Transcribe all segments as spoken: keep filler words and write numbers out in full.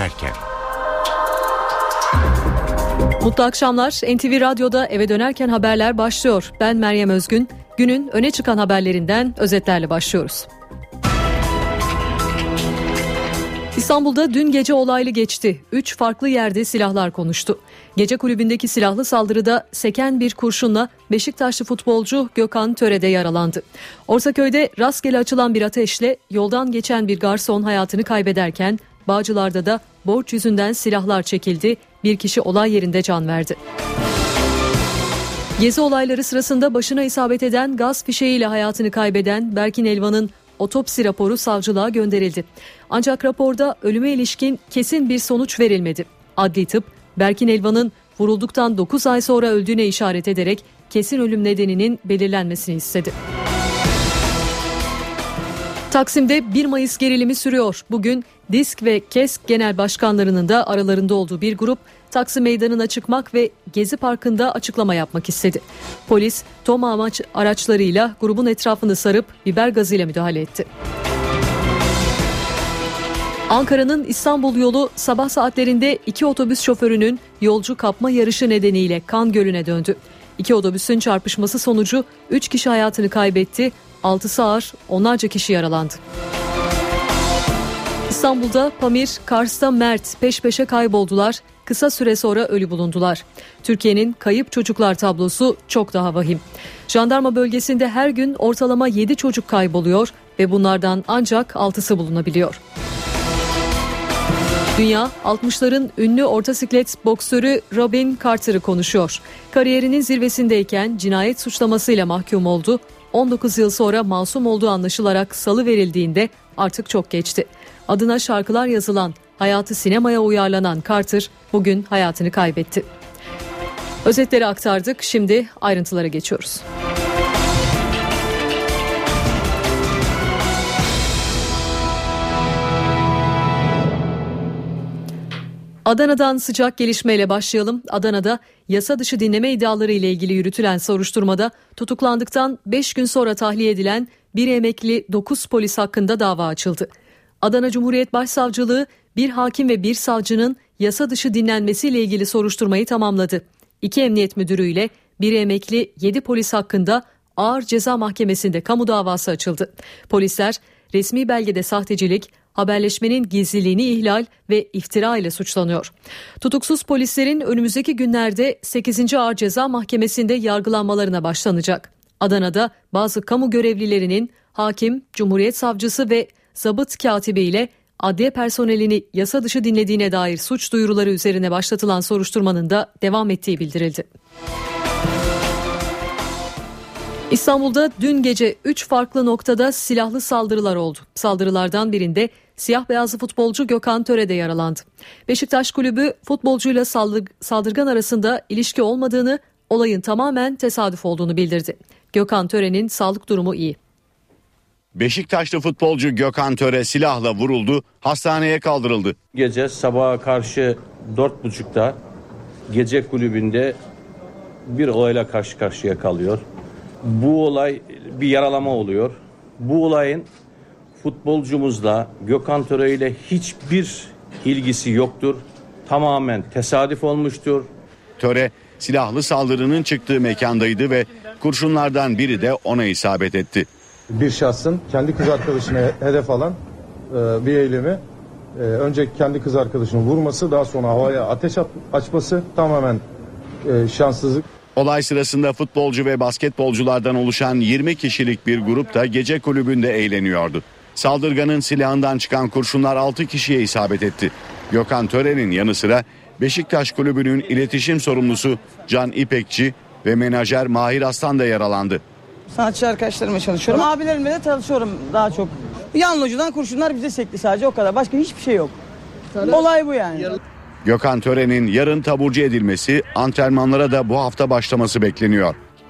dönerken. Mutlu akşamlar. N T V Radyo'da eve dönerken haberler başlıyor. Ben Meryem Özgün. Günün öne çıkan haberlerinden özetlerle başlıyoruz. İstanbul'da dün gece olaylı geçti. Üç farklı yerde silahlar konuştu. Gece kulübündeki silahlı saldırıda seken bir kurşunla Beşiktaşlı futbolcu Gökhan Töre de yaralandı. Ortaköy'de rastgele açılan bir ateşle yoldan geçen bir garson hayatını kaybederken Bağcılar'da da borç yüzünden silahlar çekildi. Bir kişi olay yerinde can verdi. Gezi olayları sırasında başına isabet eden gaz fişeğiyle hayatını kaybeden Berkin Elvan'ın otopsi raporu savcılığa gönderildi. Ancak raporda ölüme ilişkin kesin bir sonuç verilmedi. Adli tıp, Berkin Elvan'ın vurulduktan dokuz ay sonra öldüğüne işaret ederek kesin ölüm nedeninin belirlenmesini istedi. Taksim'de bir Mayıs gerilimi sürüyor. Bugün DİSK ve KESK genel başkanlarının da aralarında olduğu bir grup Taksim Meydanı'na çıkmak ve Gezi Parkı'nda açıklama yapmak istedi. Polis TOMA amaç araçlarıyla grubun etrafını sarıp biber gazıyla müdahale etti. Ankara'nın İstanbul yolu sabah saatlerinde iki otobüs şoförünün yolcu kapma yarışı nedeniyle kan gölüne döndü. İki otobüsün çarpışması sonucu üç kişi hayatını kaybetti, altısı ağır, onlarca kişi yaralandı. İstanbul'da Pamir, Kars'ta Mert peş peşe kayboldular. Kısa süre sonra ölü bulundular. Türkiye'nin kayıp çocuklar tablosu çok daha vahim. Jandarma bölgesinde her gün ortalama yedi çocuk kayboluyor ve bunlardan ancak altısı bulunabiliyor. Dünya, altmışların ünlü ortosiklet boksörü Robin Carter'ı konuşuyor. Kariyerinin zirvesindeyken cinayet suçlamasıyla mahkum oldu. on dokuz yıl sonra masum olduğu anlaşılarak salıverildiğinde artık çok geçti. Adına şarkılar yazılan, hayatı sinemaya uyarlanan Carter bugün hayatını kaybetti. Özetleri aktardık, şimdi ayrıntılara geçiyoruz. Adana'dan sıcak gelişmeyle başlayalım. Adana'da yasa dışı dinleme iddiaları ile ilgili yürütülen soruşturmada tutuklandıktan beş gün sonra tahliye edilen bir emekli dokuz polis hakkında dava açıldı. Adana Cumhuriyet Başsavcılığı bir hakim ve bir savcının yasa dışı dinlenmesiyle ilgili soruşturmayı tamamladı. İki emniyet müdürüyle bir emekli yedi polis hakkında Ağır Ceza Mahkemesi'nde kamu davası açıldı. Polisler resmi belgede sahtecilik, haberleşmenin gizliliğini ihlal ve iftira ile suçlanıyor. Tutuksuz polislerin önümüzdeki günlerde sekizinci Ağır Ceza Mahkemesi'nde yargılanmalarına başlanacak. Adana'da bazı kamu görevlilerinin hakim, Cumhuriyet Savcısı ve zabıt katibi ile adliye personelini yasa dışı dinlediğine dair suç duyuruları üzerine başlatılan soruşturmanın da devam ettiği bildirildi. İstanbul'da dün gece üç farklı noktada silahlı saldırılar oldu. Saldırılardan birinde siyah beyazlı futbolcu Gökhan Töre de yaralandı. Beşiktaş kulübü futbolcuyla saldır- saldırgan arasında ilişki olmadığını, olayın tamamen tesadüf olduğunu bildirdi. Gökhan Töre'nin sağlık durumu iyi. Beşiktaşlı futbolcu Gökhan Töre silahla vuruldu, hastaneye kaldırıldı. Gece sabaha karşı dört buçukta gece kulübünde bir olayla karşı karşıya kalıyor. Bu olay bir yaralama oluyor. Bu olayın futbolcumuzla Gökhan Töre ile hiçbir ilgisi yoktur. Tamamen tesadüf olmuştur. Töre silahlı saldırının çıktığı mekandaydı ve kurşunlardan biri de ona isabet etti. Bir şahsın kendi kız arkadaşına hedef alan e, bir eylemi e, önce kendi kız arkadaşını vurması, daha sonra havaya ateş at, açması tamamen e, şanssızlık. Olay sırasında futbolcu ve basketbolculardan oluşan yirmi kişilik bir grup da gece kulübünde eğleniyordu. Saldırganın silahından çıkan kurşunlar altı kişiye isabet etti. Gökhan Töre'nin yanı sıra Beşiktaş kulübünün iletişim sorumlusu Can İpekçi ve menajer Mahir Aslan da yaralandı. Sanatçı arkadaşlarımla çalışıyorum. Abilerimle de çalışıyorum daha çok. Yan locadan kurşunlar bize sekti sadece, o kadar. Başka hiçbir şey yok. Olay bu yani. Gökhan Töre'nin yarın taburcu edilmesi, antrenmanlara da bu hafta başlaması bekleniyor.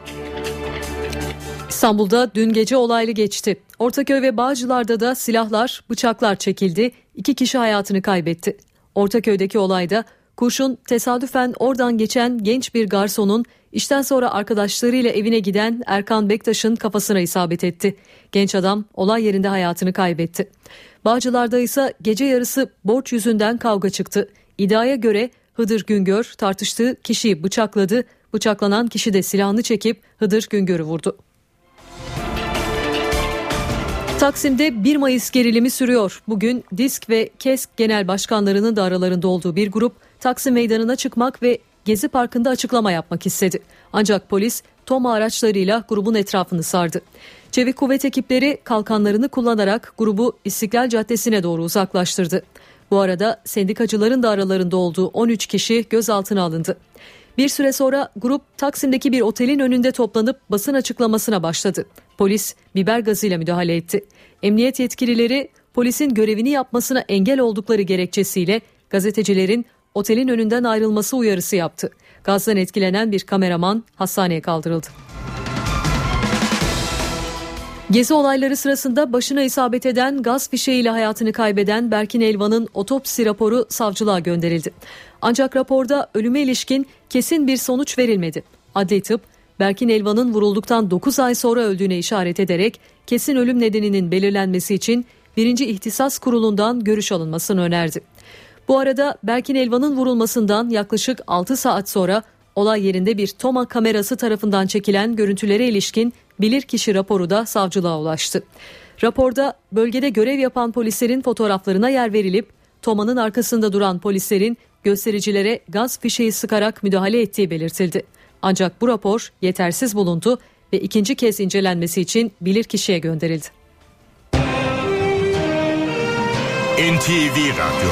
İstanbul'da dün gece olaylı geçti. Ortaköy ve Bağcılar'da da silahlar, bıçaklar çekildi. İki kişi hayatını kaybetti. Ortaköy'deki olayda kurşun tesadüfen oradan geçen genç bir garsonun işten sonra arkadaşlarıyla evine giden Erkan Bektaş'ın kafasına isabet etti. Genç adam olay yerinde hayatını kaybetti. Bağcılar'da ise gece yarısı borç yüzünden kavga çıktı. İddiaya göre Hıdır Güngör tartıştığı kişiyi bıçakladı. Bıçaklanan kişi de silahını çekip Hıdır Güngör'ü vurdu. Taksim'de bir Mayıs gerilimi sürüyor. Bugün DİSK ve KESK genel başkanlarının da aralarında olduğu bir grup Taksim Meydanı'na çıkmak ve Gezi Parkı'nda açıklama yapmak istedi. Ancak polis TOMA araçlarıyla grubun etrafını sardı. Çevik kuvvet ekipleri kalkanlarını kullanarak grubu İstiklal Caddesi'ne doğru uzaklaştırdı. Bu arada sendikacıların da aralarında olduğu on üç kişi gözaltına alındı. Bir süre sonra grup Taksim'deki bir otelin önünde toplanıp basın açıklamasına başladı. Polis biber gazıyla müdahale etti. Emniyet yetkilileri polisin görevini yapmasına engel oldukları gerekçesiyle gazetecilerin otelin önünden ayrılması uyarısı yaptı. Gazdan etkilenen bir kameraman hastaneye kaldırıldı. Gezi olayları sırasında başına isabet eden gaz fişeğiyle hayatını kaybeden Berkin Elvan'ın otopsi raporu savcılığa gönderildi. Ancak raporda ölüme ilişkin kesin bir sonuç verilmedi. Adli tıp, Berkin Elvan'ın vurulduktan dokuz ay sonra öldüğüne işaret ederek kesin ölüm nedeninin belirlenmesi için birinci İhtisas Kurulu'ndan görüş alınmasını önerdi. Bu arada Berkin Elvan'ın vurulmasından yaklaşık altı saat sonra olay yerinde bir TOMA kamerası tarafından çekilen görüntülere ilişkin bilirkişi raporu da savcılığa ulaştı. Raporda bölgede görev yapan polislerin fotoğraflarına yer verilip TOMA'nın arkasında duran polislerin göstericilere gaz fişeği sıkarak müdahale ettiği belirtildi. Ancak bu rapor yetersiz bulundu ve ikinci kez incelenmesi için bilirkişiye gönderildi. N T V Radyo.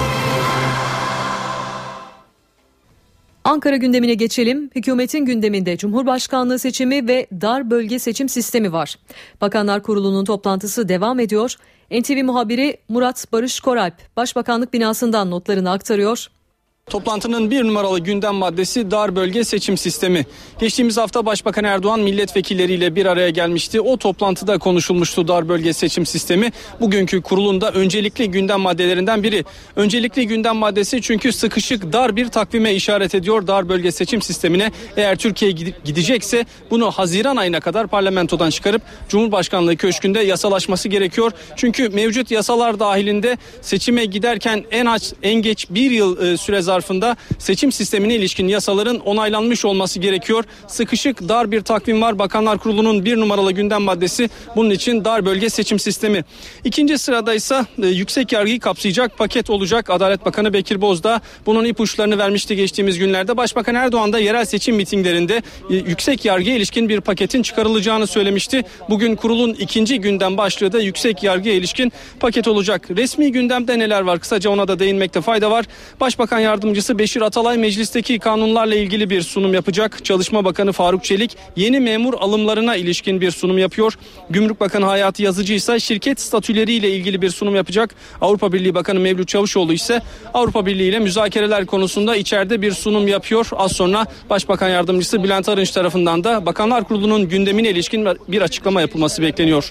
Ankara gündemine geçelim. Hükümetin gündeminde Cumhurbaşkanlığı seçimi ve dar bölge seçim sistemi var. Bakanlar Kurulu'nun toplantısı devam ediyor. N T V muhabiri Murat Barış Koralp Başbakanlık binasından notlarını aktarıyor. Toplantının bir numaralı gündem maddesi dar bölge seçim sistemi. Geçtiğimiz hafta Başbakan Erdoğan milletvekilleriyle bir araya gelmişti. O toplantıda konuşulmuştu dar bölge seçim sistemi. Bugünkü kurulunda öncelikli gündem maddelerinden biri. Öncelikli gündem maddesi çünkü sıkışık dar bir takvime işaret ediyor dar bölge seçim sistemine. Eğer Türkiye gidecekse bunu Haziran ayına kadar parlamentodan çıkarıp Cumhurbaşkanlığı Köşkü'nde yasalaşması gerekiyor. Çünkü mevcut yasalar dahilinde seçime giderken en az en geç bir yıl süre zarfında zarfında seçim sistemine ilişkin yasaların onaylanmış olması gerekiyor. Sıkışık dar bir takvim var. Bakanlar Kurulu'nun bir numaralı gündem maddesi bunun için dar bölge seçim sistemi. İkinci sırada ise e, yüksek yargıyı kapsayacak paket olacak. Adalet Bakanı Bekir Bozdağ bunun ipuçlarını vermişti geçtiğimiz günlerde. Başbakan Erdoğan da yerel seçim mitinglerinde e, yüksek yargıya ilişkin bir paketin çıkarılacağını söylemişti. Bugün kurulun ikinci gündem başlığı da yüksek yargıya ilişkin paket olacak. Resmi gündemde neler var? Kısaca ona da değinmekte fayda var. Başbakan Yardımcısı Beşir Atalay meclisteki kanunlarla ilgili bir sunum yapacak. Çalışma Bakanı Faruk Çelik yeni memur alımlarına ilişkin bir sunum yapıyor. Gümrük Bakanı Hayati Yazıcı ise şirket statüleriyle ilgili bir sunum yapacak. Avrupa Birliği Bakanı Mevlüt Çavuşoğlu ise Avrupa Birliği ile müzakereler konusunda içeride bir sunum yapıyor. Az sonra Başbakan Yardımcısı Bülent Arınç tarafından da Bakanlar Kurulu'nun gündemine ilişkin bir açıklama yapılması bekleniyor.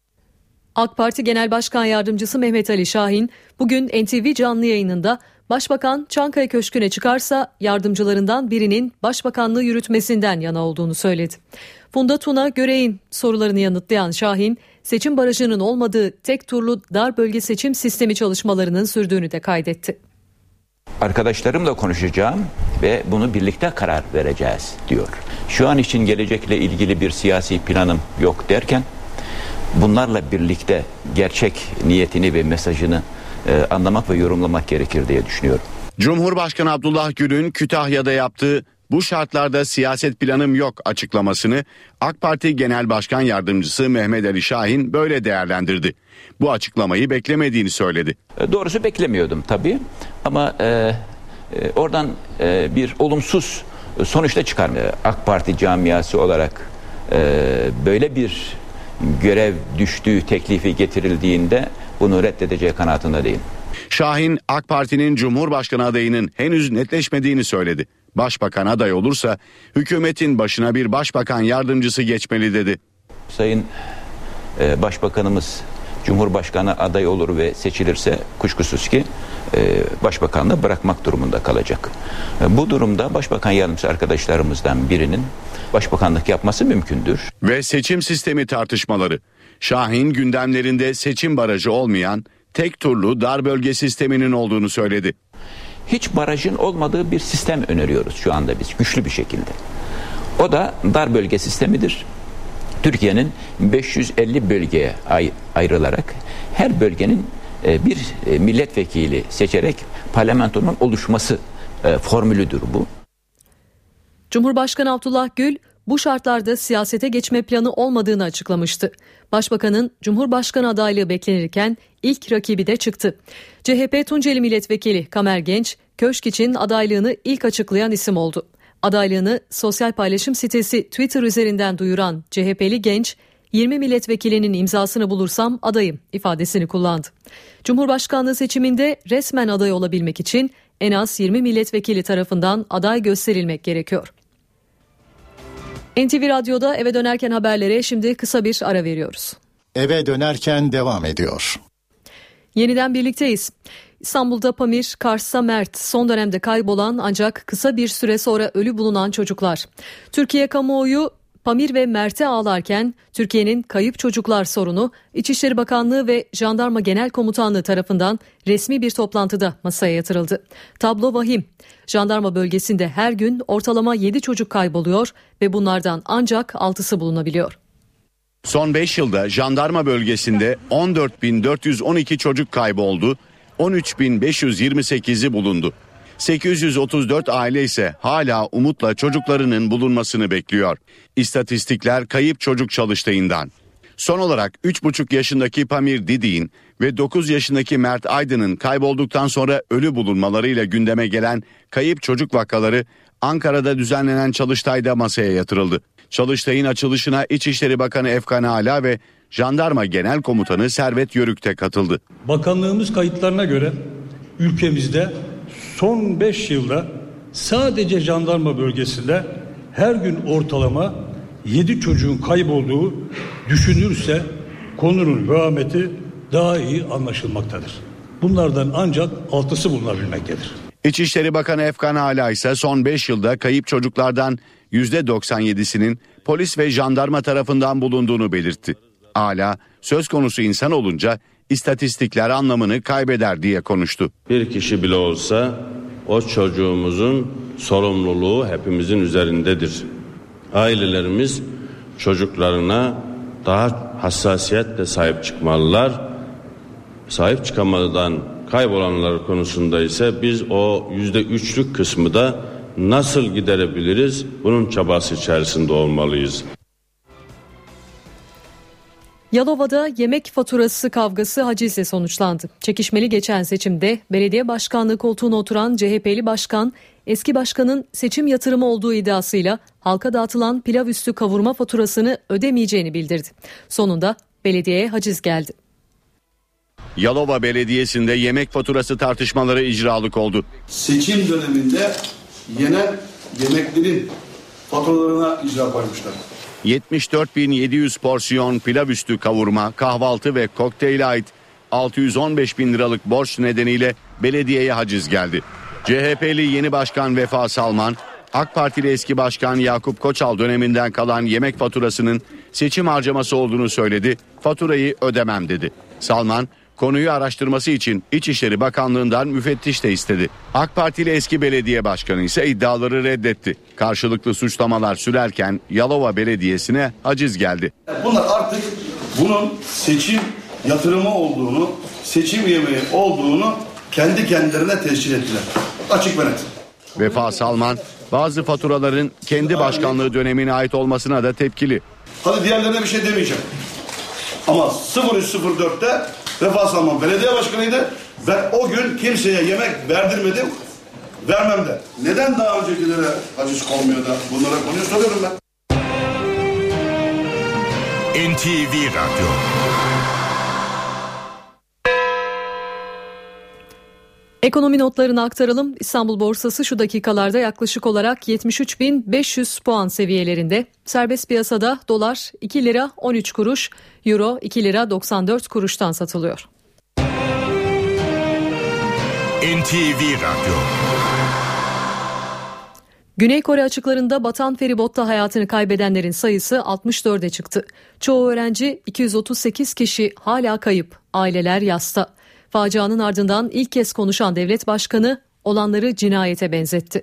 AK Parti Genel Başkan Yardımcısı Mehmet Ali Şahin bugün N T V canlı yayınında Başbakan Çankaya Köşkü'ne çıkarsa yardımcılarından birinin başbakanlığı yürütmesinden yana olduğunu söyledi. Funda Tuna Göreğin sorularını yanıtlayan Şahin, seçim barajının olmadığı tek turlu dar bölge seçim sistemi çalışmalarının sürdüğünü de kaydetti. Arkadaşlarımla konuşacağım ve bunu birlikte karar vereceğiz diyor. Şu an için gelecekle ilgili bir siyasi planım yok derken bunlarla birlikte gerçek niyetini ve mesajını e, anlamak ve yorumlamak gerekir diye düşünüyorum. Cumhurbaşkanı Abdullah Gül'ün Kütahya'da yaptığı "bu şartlarda siyaset planım yok" açıklamasını AK Parti Genel Başkan Yardımcısı Mehmet Ali Şahin böyle değerlendirdi. Bu açıklamayı beklemediğini söyledi. E, doğrusu beklemiyordum tabii ama e, e, oradan e, bir olumsuz sonuçta çıkar. E, AK Parti camiası olarak e, böyle bir görev düştüğü teklifi getirildiğinde bunu reddedeceği kanaatinde değilim. Şahin, AK Parti'nin Cumhurbaşkanı adayının henüz netleşmediğini söyledi. Başbakan aday olursa hükümetin başına bir başbakan yardımcısı geçmeli dedi. Sayın e, Başbakanımız Cumhurbaşkanı aday olur ve seçilirse kuşkusuz ki e, başbakanlığı bırakmak durumunda kalacak. E, bu durumda başbakan yardımcısı arkadaşlarımızdan birinin başbakanlık yapması mümkündür. Ve seçim sistemi tartışmaları. Şahin gündemlerinde seçim barajı olmayan tek turlu dar bölge sisteminin olduğunu söyledi. Hiç barajın olmadığı bir sistem öneriyoruz şu anda biz güçlü bir şekilde. O da dar bölge sistemidir. Türkiye'nin beş yüz elli bölgeye ay- ayrılarak her bölgenin e, bir e, milletvekili seçerek parlamentonun oluşması e, formülüdür bu. Cumhurbaşkanı Abdullah Gül bu şartlarda siyasete geçme planı olmadığını açıklamıştı. Başbakanın Cumhurbaşkanı adaylığı beklenirken ilk rakibi de çıktı. C H P Tunceli Milletvekili Kamer Genç, Köşk için adaylığını ilk açıklayan isim oldu. Adaylığını sosyal paylaşım sitesi Twitter üzerinden duyuran C H P'li Genç, yirmi milletvekilinin imzasını bulursam adayım ifadesini kullandı. Cumhurbaşkanlığı seçiminde resmen aday olabilmek için en az yirmi milletvekili tarafından aday gösterilmek gerekiyor. N T V Radyo'da eve dönerken haberlere şimdi kısa bir ara veriyoruz. Eve dönerken devam ediyor. Yeniden birlikteyiz. İstanbul'da Pamir, Kars'ta Mert, son dönemde kaybolan ancak kısa bir süre sonra ölü bulunan çocuklar. Türkiye kamuoyu Pamir ve Mert'e ağlarken Türkiye'nin kayıp çocuklar sorunu İçişleri Bakanlığı ve Jandarma Genel Komutanlığı tarafından resmi bir toplantıda masaya yatırıldı. Tablo vahim. Jandarma bölgesinde her gün ortalama yedi çocuk kayboluyor ve bunlardan ancak altısı bulunabiliyor. Son beş yılda jandarma bölgesinde on dört bin dört yüz on iki çocuk kayboldu, on üç bin beş yüz yirmi sekizi bulundu. sekiz yüz otuz dört aile ise hala umutla çocuklarının bulunmasını bekliyor. İstatistikler kayıp çocuk çalıştayından. Son olarak üç buçuk yaşındaki Pamir Didik'in ve dokuz yaşındaki Mert Aydın'ın kaybolduktan sonra ölü bulunmalarıyla gündeme gelen kayıp çocuk vakaları Ankara'da düzenlenen çalıştayda masaya yatırıldı. Çalıştayın açılışına İçişleri Bakanı Efkan Ala ve Jandarma Genel Komutanı Servet Yörük de katıldı. Bakanlığımız kayıtlarına göre ülkemizde son beş yılda sadece jandarma bölgesinde her gün ortalama yedi çocuğun kaybolduğu düşünülürse konunun vehameti daha iyi anlaşılmaktadır. Bunlardan ancak altısı bulunabilmektedir. İçişleri Bakanı Efkan Ala ise son beş yılda kayıp çocuklardan yüzde doksan yedisinin polis ve jandarma tarafından bulunduğunu belirtti. Ala söz konusu insan olunca istatistikler anlamını kaybeder diye konuştu. Bir kişi bile olsa o çocuğumuzun sorumluluğu hepimizin üzerindedir. Ailelerimiz çocuklarına daha hassasiyetle sahip çıkmalılar. Sahip çıkamadan kaybolanlar konusunda ise biz o yüzde üçlük kısmı da nasıl giderebiliriz? Bunun çabası içerisinde olmalıyız. Yalova'da yemek faturası kavgası hacizle sonuçlandı. Çekişmeli geçen seçimde belediye başkanlığı koltuğuna oturan C H P'li başkan, eski başkanın seçim yatırımı olduğu iddiasıyla halka dağıtılan pilav üstü kavurma faturasını ödemeyeceğini bildirdi. Sonunda belediyeye haciz geldi. Yalova Belediyesi'nde yemek faturası tartışmaları icralık oldu. Seçim döneminde yenen yemeklerin faturalarına icra koymuşlar. yetmiş dört bin yedi yüz porsiyon pilav üstü kavurma, kahvaltı ve kokteyle ait altı yüz on beş bin liralık borç nedeniyle belediyeye haciz geldi. C H P'li yeni başkan Vefa Salman, AK Partili eski başkan Yakup Koçal döneminden kalan yemek faturasının seçim harcaması olduğunu söyledi, faturayı ödemem dedi. Salman, konuyu araştırması için İçişleri Bakanlığı'ndan müfettiş de istedi. AK Partili eski belediye başkanı ise iddiaları reddetti. Karşılıklı suçlamalar sürerken Yalova Belediyesi'ne haciz geldi. Bunlar artık bunun seçim yatırımı olduğunu, seçim yemeği olduğunu kendi kendilerine tescil ettiler. Açık ve net. Vefa Salman, bazı faturaların kendi başkanlığı dönemine ait olmasına da tepkili. Hadi diğerlerine bir şey demeyeceğim. Ama sıfır üç sıfır dörtte Vefa Salman belediye başkanıydı. Ben o gün kimseye yemek verdirmedim, vermem de. Neden daha öncekilere haciz konmuyor da bunlara konuyu soruyorum ben. N T V Radyo. Ekonomi notlarını aktaralım. İstanbul borsası şu dakikalarda yaklaşık olarak yetmiş üç bin beş yüz puan seviyelerinde. Serbest piyasada dolar iki lira on üç kuruş, euro iki lira doksan dört kuruştan satılıyor. N T V Radyo. Güney Kore açıklarında batan feribotta hayatını kaybedenlerin sayısı altmış dörde çıktı. Çoğu öğrenci, iki yüz otuz sekiz kişi hala kayıp, aileler yasta. Facianın ardından ilk kez konuşan devlet başkanı olanları cinayete benzetti.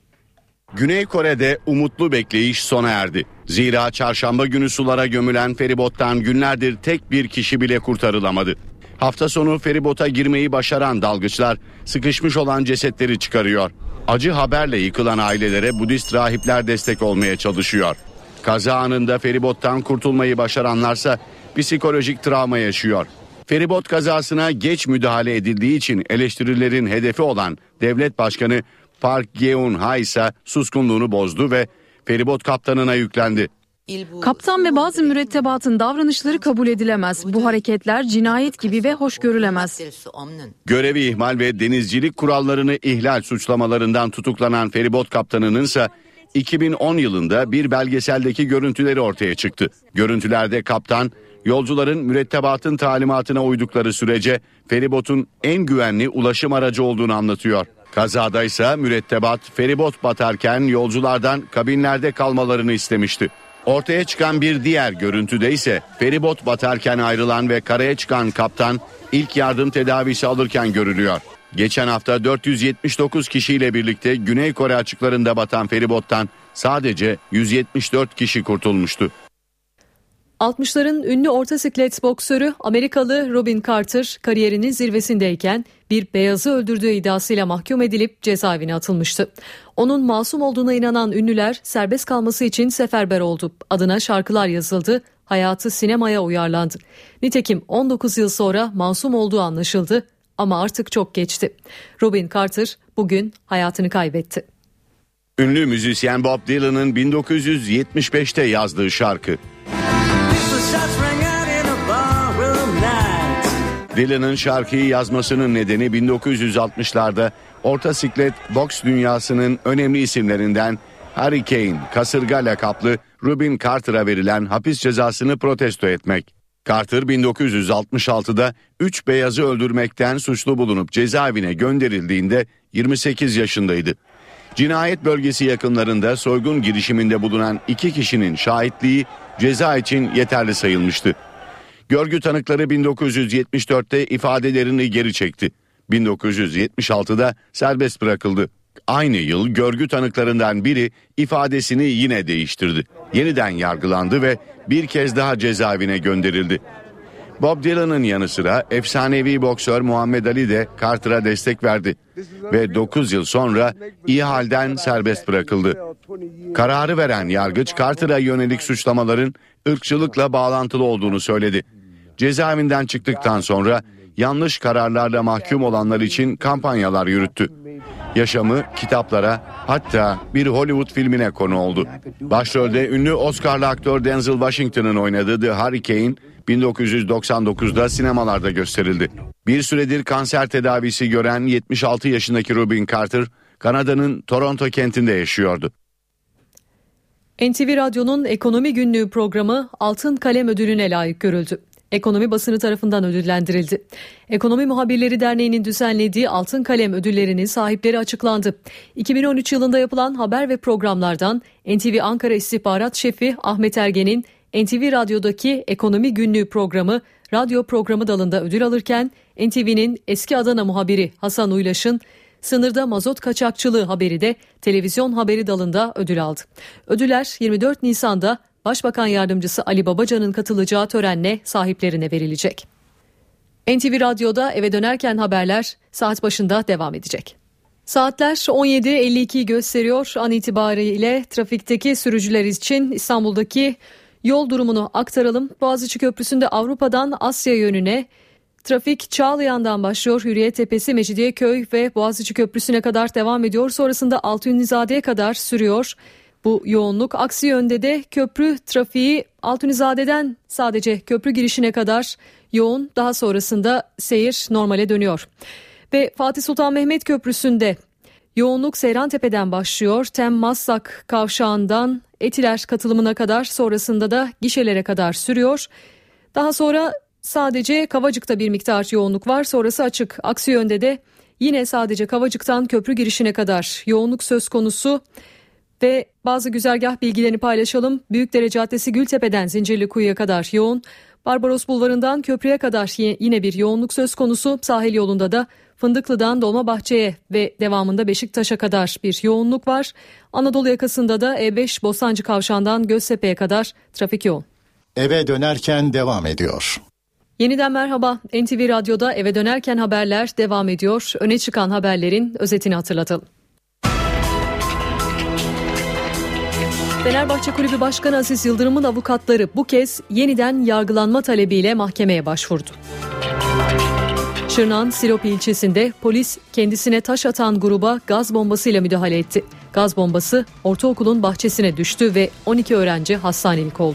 Güney Kore'de umutlu bekleyiş sona erdi. Zira çarşamba günü sulara gömülen feribottan günlerdir tek bir kişi bile kurtarılamadı. Hafta sonu feribota girmeyi başaran dalgıçlar sıkışmış olan cesetleri çıkarıyor. Acı haberle yıkılan ailelere Budist rahipler destek olmaya çalışıyor. Kaza anında feribottan kurtulmayı başaranlarsa psikolojik travma yaşıyor. Feribot kazasına geç müdahale edildiği için eleştirilerin hedefi olan devlet başkanı Park Geun-hye ise suskunluğunu bozdu ve feribot kaptanına yüklendi. Kaptan ve bazı mürettebatın davranışları kabul edilemez. Bu hareketler cinayet gibi ve hoş görülemez. Görevi ihmal ve denizcilik kurallarını ihlal suçlamalarından tutuklanan feribot kaptanının ise iki bin on yılında bir belgeseldeki görüntüleri ortaya çıktı. Görüntülerde kaptan, yolcuların mürettebatın talimatına uydukları sürece feribotun en güvenli ulaşım aracı olduğunu anlatıyor. Kazada ise mürettebat feribot batarken yolculardan kabinlerde kalmalarını istemişti. Ortaya çıkan bir diğer görüntüde ise feribot batarken ayrılan ve karaya çıkan kaptan ilk yardım tedavisi alırken görülüyor. Geçen hafta dört yüz yetmiş dokuz kişiyle birlikte Güney Kore açıklarında batan feribottan sadece yüz yetmiş dört kişi kurtulmuştu. altmışların ünlü orta siklet boksörü Amerikalı Robin Carter kariyerinin zirvesindeyken bir beyazı öldürdüğü iddiasıyla mahkum edilip cezaevine atılmıştı. Onun masum olduğuna inanan ünlüler serbest kalması için seferber oldu. Adına şarkılar yazıldı, hayatı sinemaya uyarlandı. Nitekim on dokuz yıl sonra masum olduğu anlaşıldı ama artık çok geçti. Robin Carter bugün hayatını kaybetti. Ünlü müzisyen Bob Dylan'ın bin dokuz yüz yetmiş beşte yazdığı şarkı. Dylan'ın şarkıyı yazmasının nedeni bin dokuz yüz altmışlarda orta siklet boks dünyasının önemli isimlerinden Harry Kane, kasırga lakaplı Robin Carter'a verilen hapis cezasını protesto etmek. Carter bin dokuz yüz altmış altıda üç beyazı öldürmekten suçlu bulunup cezaevine gönderildiğinde yirmi sekiz yaşındaydı. Cinayet bölgesi yakınlarında soygun girişiminde bulunan iki kişinin şahitliği ceza için yeterli sayılmıştı. Görgü tanıkları bin dokuz yüz yetmiş dörtte ifadelerini geri çekti. bin dokuz yüz yetmiş altıda serbest bırakıldı. Aynı yıl görgü tanıklarından biri ifadesini yine değiştirdi. Yeniden yargılandı ve bir kez daha cezaevine gönderildi. Bob Dylan'ın yanı sıra efsanevi boksör Muhammed Ali de Carter'a destek verdi ve dokuz yıl sonra iyi halden serbest bırakıldı. Kararı veren yargıç Carter'a yönelik suçlamaların ırkçılıkla bağlantılı olduğunu söyledi. Cezaevinden çıktıktan sonra yanlış kararlarla mahkum olanlar için kampanyalar yürüttü. Yaşamı kitaplara, hatta bir Hollywood filmine konu oldu. Başrolde ünlü Oscar'lı aktör Denzel Washington'ın oynadığı The Hurricane bin dokuz yüz doksan dokuzda sinemalarda gösterildi. Bir süredir kanser tedavisi gören yetmiş altı yaşındaki Robin Carter, Kanada'nın Toronto kentinde yaşıyordu. N T V Radyo'nun Ekonomi Günlüğü programı Altın Kalem Ödülü'ne layık görüldü. Ekonomi basını tarafından ödüllendirildi. Ekonomi Muhabirleri Derneği'nin düzenlediği Altın Kalem ödüllerinin sahipleri açıklandı. iki bin on üç yılında yapılan haber ve programlardan N T V Ankara İstihbarat Şefi Ahmet Ergen'in N T V Radyo'daki Ekonomi Günlüğü programı radyo programı dalında ödül alırken N T V'nin eski Adana muhabiri Hasan Uylaş'ın sınırda mazot kaçakçılığı haberi de televizyon haberi dalında ödül aldı. Ödüller yirmi dört Nisan'da Başbakan Yardımcısı Ali Babacan'ın katılacağı törenle sahiplerine verilecek. N T V Radyo'da eve dönerken haberler saat başında devam edecek. Saatler on yedi elli ikiyi gösteriyor. An itibariyle trafikteki sürücüler için İstanbul'daki yol durumunu aktaralım. Boğaziçi Köprüsü'nde Avrupa'dan Asya yönüne trafik Çağlayan'dan başlıyor. Hürriyet Tepesi, Mecidiyeköy ve Boğaziçi Köprüsü'ne kadar devam ediyor. Sonrasında Altunizade'ye kadar sürüyor. Bu yoğunluk aksi yönde de köprü trafiği Altunizade'den sadece köprü girişine kadar yoğun, daha sonrasında seyir normale dönüyor. Ve Fatih Sultan Mehmet Köprüsü'nde yoğunluk Seyrantepe'den başlıyor. Tem Maslak kavşağından Etiler katılımına kadar, sonrasında da gişelere kadar sürüyor. Daha sonra sadece Kavacık'ta bir miktar yoğunluk var. Sonrası açık. Aksi yönde de yine sadece Kavacık'tan köprü girişine kadar yoğunluk söz konusu. Ve bazı güzergah bilgilerini paylaşalım. Büyükdere Caddesi Gültepe'den Zincirlikuyu'ya kadar yoğun. Barbaros Bulvarı'ndan köprüye kadar yine bir yoğunluk söz konusu. Sahil yolunda da Fındıklı'dan Dolmabahçe'ye ve devamında Beşiktaş'a kadar bir yoğunluk var. Anadolu yakasında da E beş Bostancı Kavşağı'ndan Göztepe'ye kadar trafik yoğun. Eve dönerken devam ediyor. Yeniden merhaba. N T V Radyo'da eve dönerken haberler devam ediyor. Öne çıkan haberlerin özetini hatırlatalım. Fenerbahçe Kulübü Başkanı Aziz Yıldırım'ın avukatları bu kez yeniden yargılanma talebiyle mahkemeye başvurdu. Şırnak'ın Silopi ilçesinde polis kendisine taş atan gruba gaz bombasıyla müdahale etti. Gaz bombası ortaokulun bahçesine düştü ve on iki öğrenci hastanelik oldu.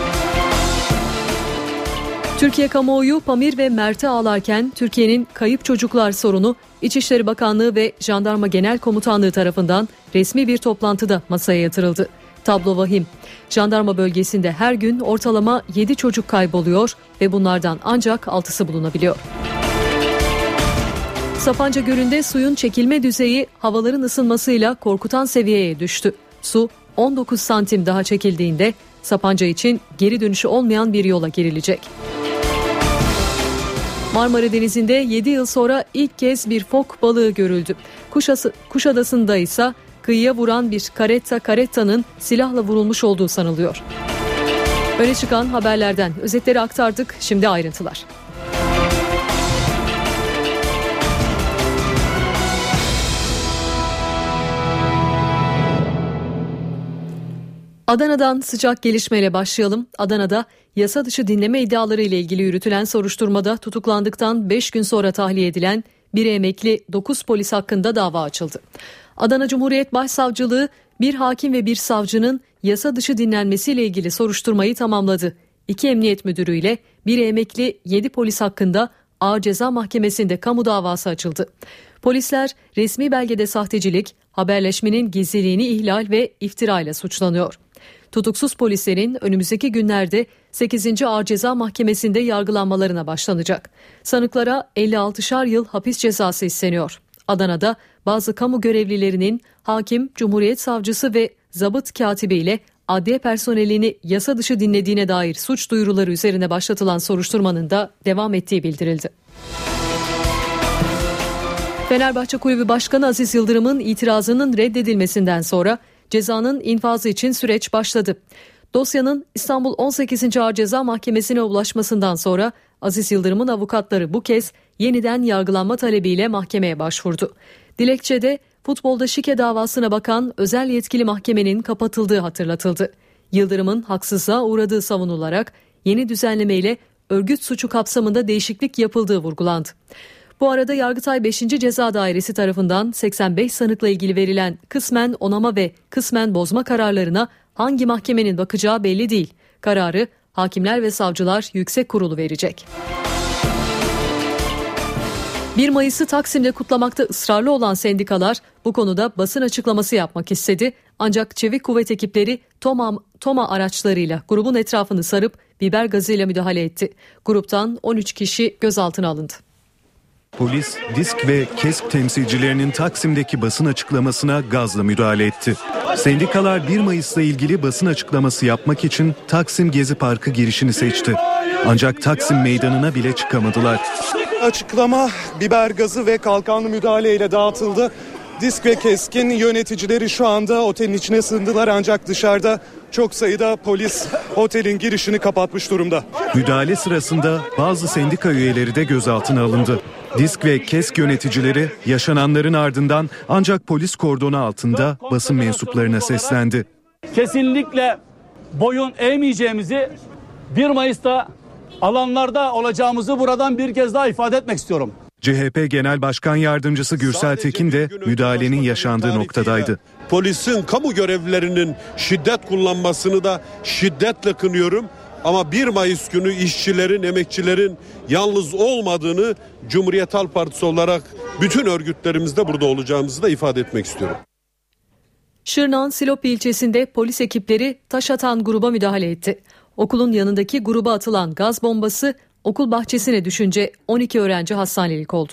Türkiye kamuoyu Pamir ve Mert'e ağlarken Türkiye'nin kayıp çocuklar sorunu İçişleri Bakanlığı ve Jandarma Genel Komutanlığı tarafından resmi bir toplantıda masaya yatırıldı. Tablo vahim. Jandarma bölgesinde her gün ortalama yedi çocuk kayboluyor ve bunlardan ancak altısı bulunabiliyor. Sapanca Gölü'nde suyun çekilme düzeyi havaların ısınmasıyla korkutan seviyeye düştü. Su on dokuz santim daha çekildiğinde Sapanca için geri dönüşü olmayan bir yola girilecek. Marmara Denizi'nde yedi yıl sonra ilk kez bir fok balığı görüldü. Kuşası, Kuşadası'nda ise kıyıya vuran bir karetta karettanın silahla vurulmuş olduğu sanılıyor. Öne çıkan haberlerden özetleri aktardık, şimdi ayrıntılar. Adana'dan sıcak gelişmeyle başlayalım. Adana'da yasa dışı dinleme iddiaları ile ilgili yürütülen soruşturmada tutuklandıktan beş gün sonra tahliye edilen bir emekli dokuz polis hakkında dava açıldı. Adana Cumhuriyet Başsavcılığı bir hakim ve bir savcının yasa dışı dinlenmesiyle ilgili soruşturmayı tamamladı. İki emniyet müdürüyle bir emekli yedi polis hakkında Ağır Ceza Mahkemesi'nde kamu davası açıldı. Polisler resmi belgede sahtecilik, haberleşmenin gizliliğini ihlal ve iftira ile suçlanıyor. Tutuksuz polislerin önümüzdeki günlerde sekizinci Ağır Ceza Mahkemesi'nde yargılanmalarına başlanacak. Sanıklara elli altışar yıl hapis cezası isteniyor. Adana'da bazı kamu görevlilerinin hakim, cumhuriyet savcısı ve zabıt katibiyle adliye personelini yasa dışı dinlediğine dair suç duyuruları üzerine başlatılan soruşturmanın da devam ettiği bildirildi. Fenerbahçe Kulübü Başkanı Aziz Yıldırım'ın itirazının reddedilmesinden sonra cezanın infazı için süreç başladı. Dosyanın İstanbul on sekizinci Ağır Ceza Mahkemesi'ne ulaşmasından sonra Aziz Yıldırım'ın avukatları bu kez yeniden yargılanma talebiyle mahkemeye başvurdu. Dilekçede futbolda şike davasına bakan özel yetkili mahkemenin kapatıldığı hatırlatıldı. Yıldırım'ın haksızlığa uğradığı savunularak yeni düzenlemeyle örgüt suçu kapsamında değişiklik yapıldığı vurgulandı. Bu arada Yargıtay beşinci Ceza Dairesi tarafından seksen beş sanıkla ilgili verilen kısmen onama ve kısmen bozma kararlarına hangi mahkemenin bakacağı belli değil. Kararı Hakimler ve Savcılar Yüksek Kurulu verecek. bir Mayıs'ı Taksim'de kutlamakta ısrarlı olan sendikalar bu konuda basın açıklaması yapmak istedi. Ancak çevik kuvvet ekipleri Toma, Toma araçlarıyla grubun etrafını sarıp biber gazıyla müdahale etti. Gruptan on üç kişi gözaltına alındı. Polis, DİSK ve KESK temsilcilerinin Taksim'deki basın açıklamasına gazla müdahale etti. Sendikalar bir Mayıs'la ilgili basın açıklaması yapmak için Taksim Gezi Parkı girişini seçti. Ancak Taksim Meydanı'na bile çıkamadılar. Açıklama biber gazı ve kalkanlı müdahaleyle dağıtıldı. DİSK ve KESK'in yöneticileri şu anda otelin içine sığındılar ancak dışarıda çok sayıda polis otelin girişini kapatmış durumda. Müdahale sırasında bazı sendika üyeleri de gözaltına alındı. DİSK ve KESK yöneticileri yaşananların ardından ancak polis kordonu altında basın mensuplarına seslendi. Kesinlikle boyun eğmeyeceğimizi, bir Mayıs'ta alanlarda olacağımızı buradan bir kez daha ifade etmek istiyorum. C H P Genel Başkan Yardımcısı Gürsel Tekin de müdahalenin yaşandığı noktadaydı. Polisin kamu görevlilerinin şiddet kullanmasını da şiddetle kınıyorum. Ama bir Mayıs günü işçilerin, emekçilerin yalnız olmadığını Cumhuriyet Halk Partisi olarak bütün örgütlerimizde burada olacağımızı da ifade etmek istiyorum. Şırnak'ın Silopi ilçesinde polis ekipleri taş atan gruba müdahale etti. Okulun yanındaki gruba atılan gaz bombası okul bahçesine düşünce on iki öğrenci hastanelik oldu.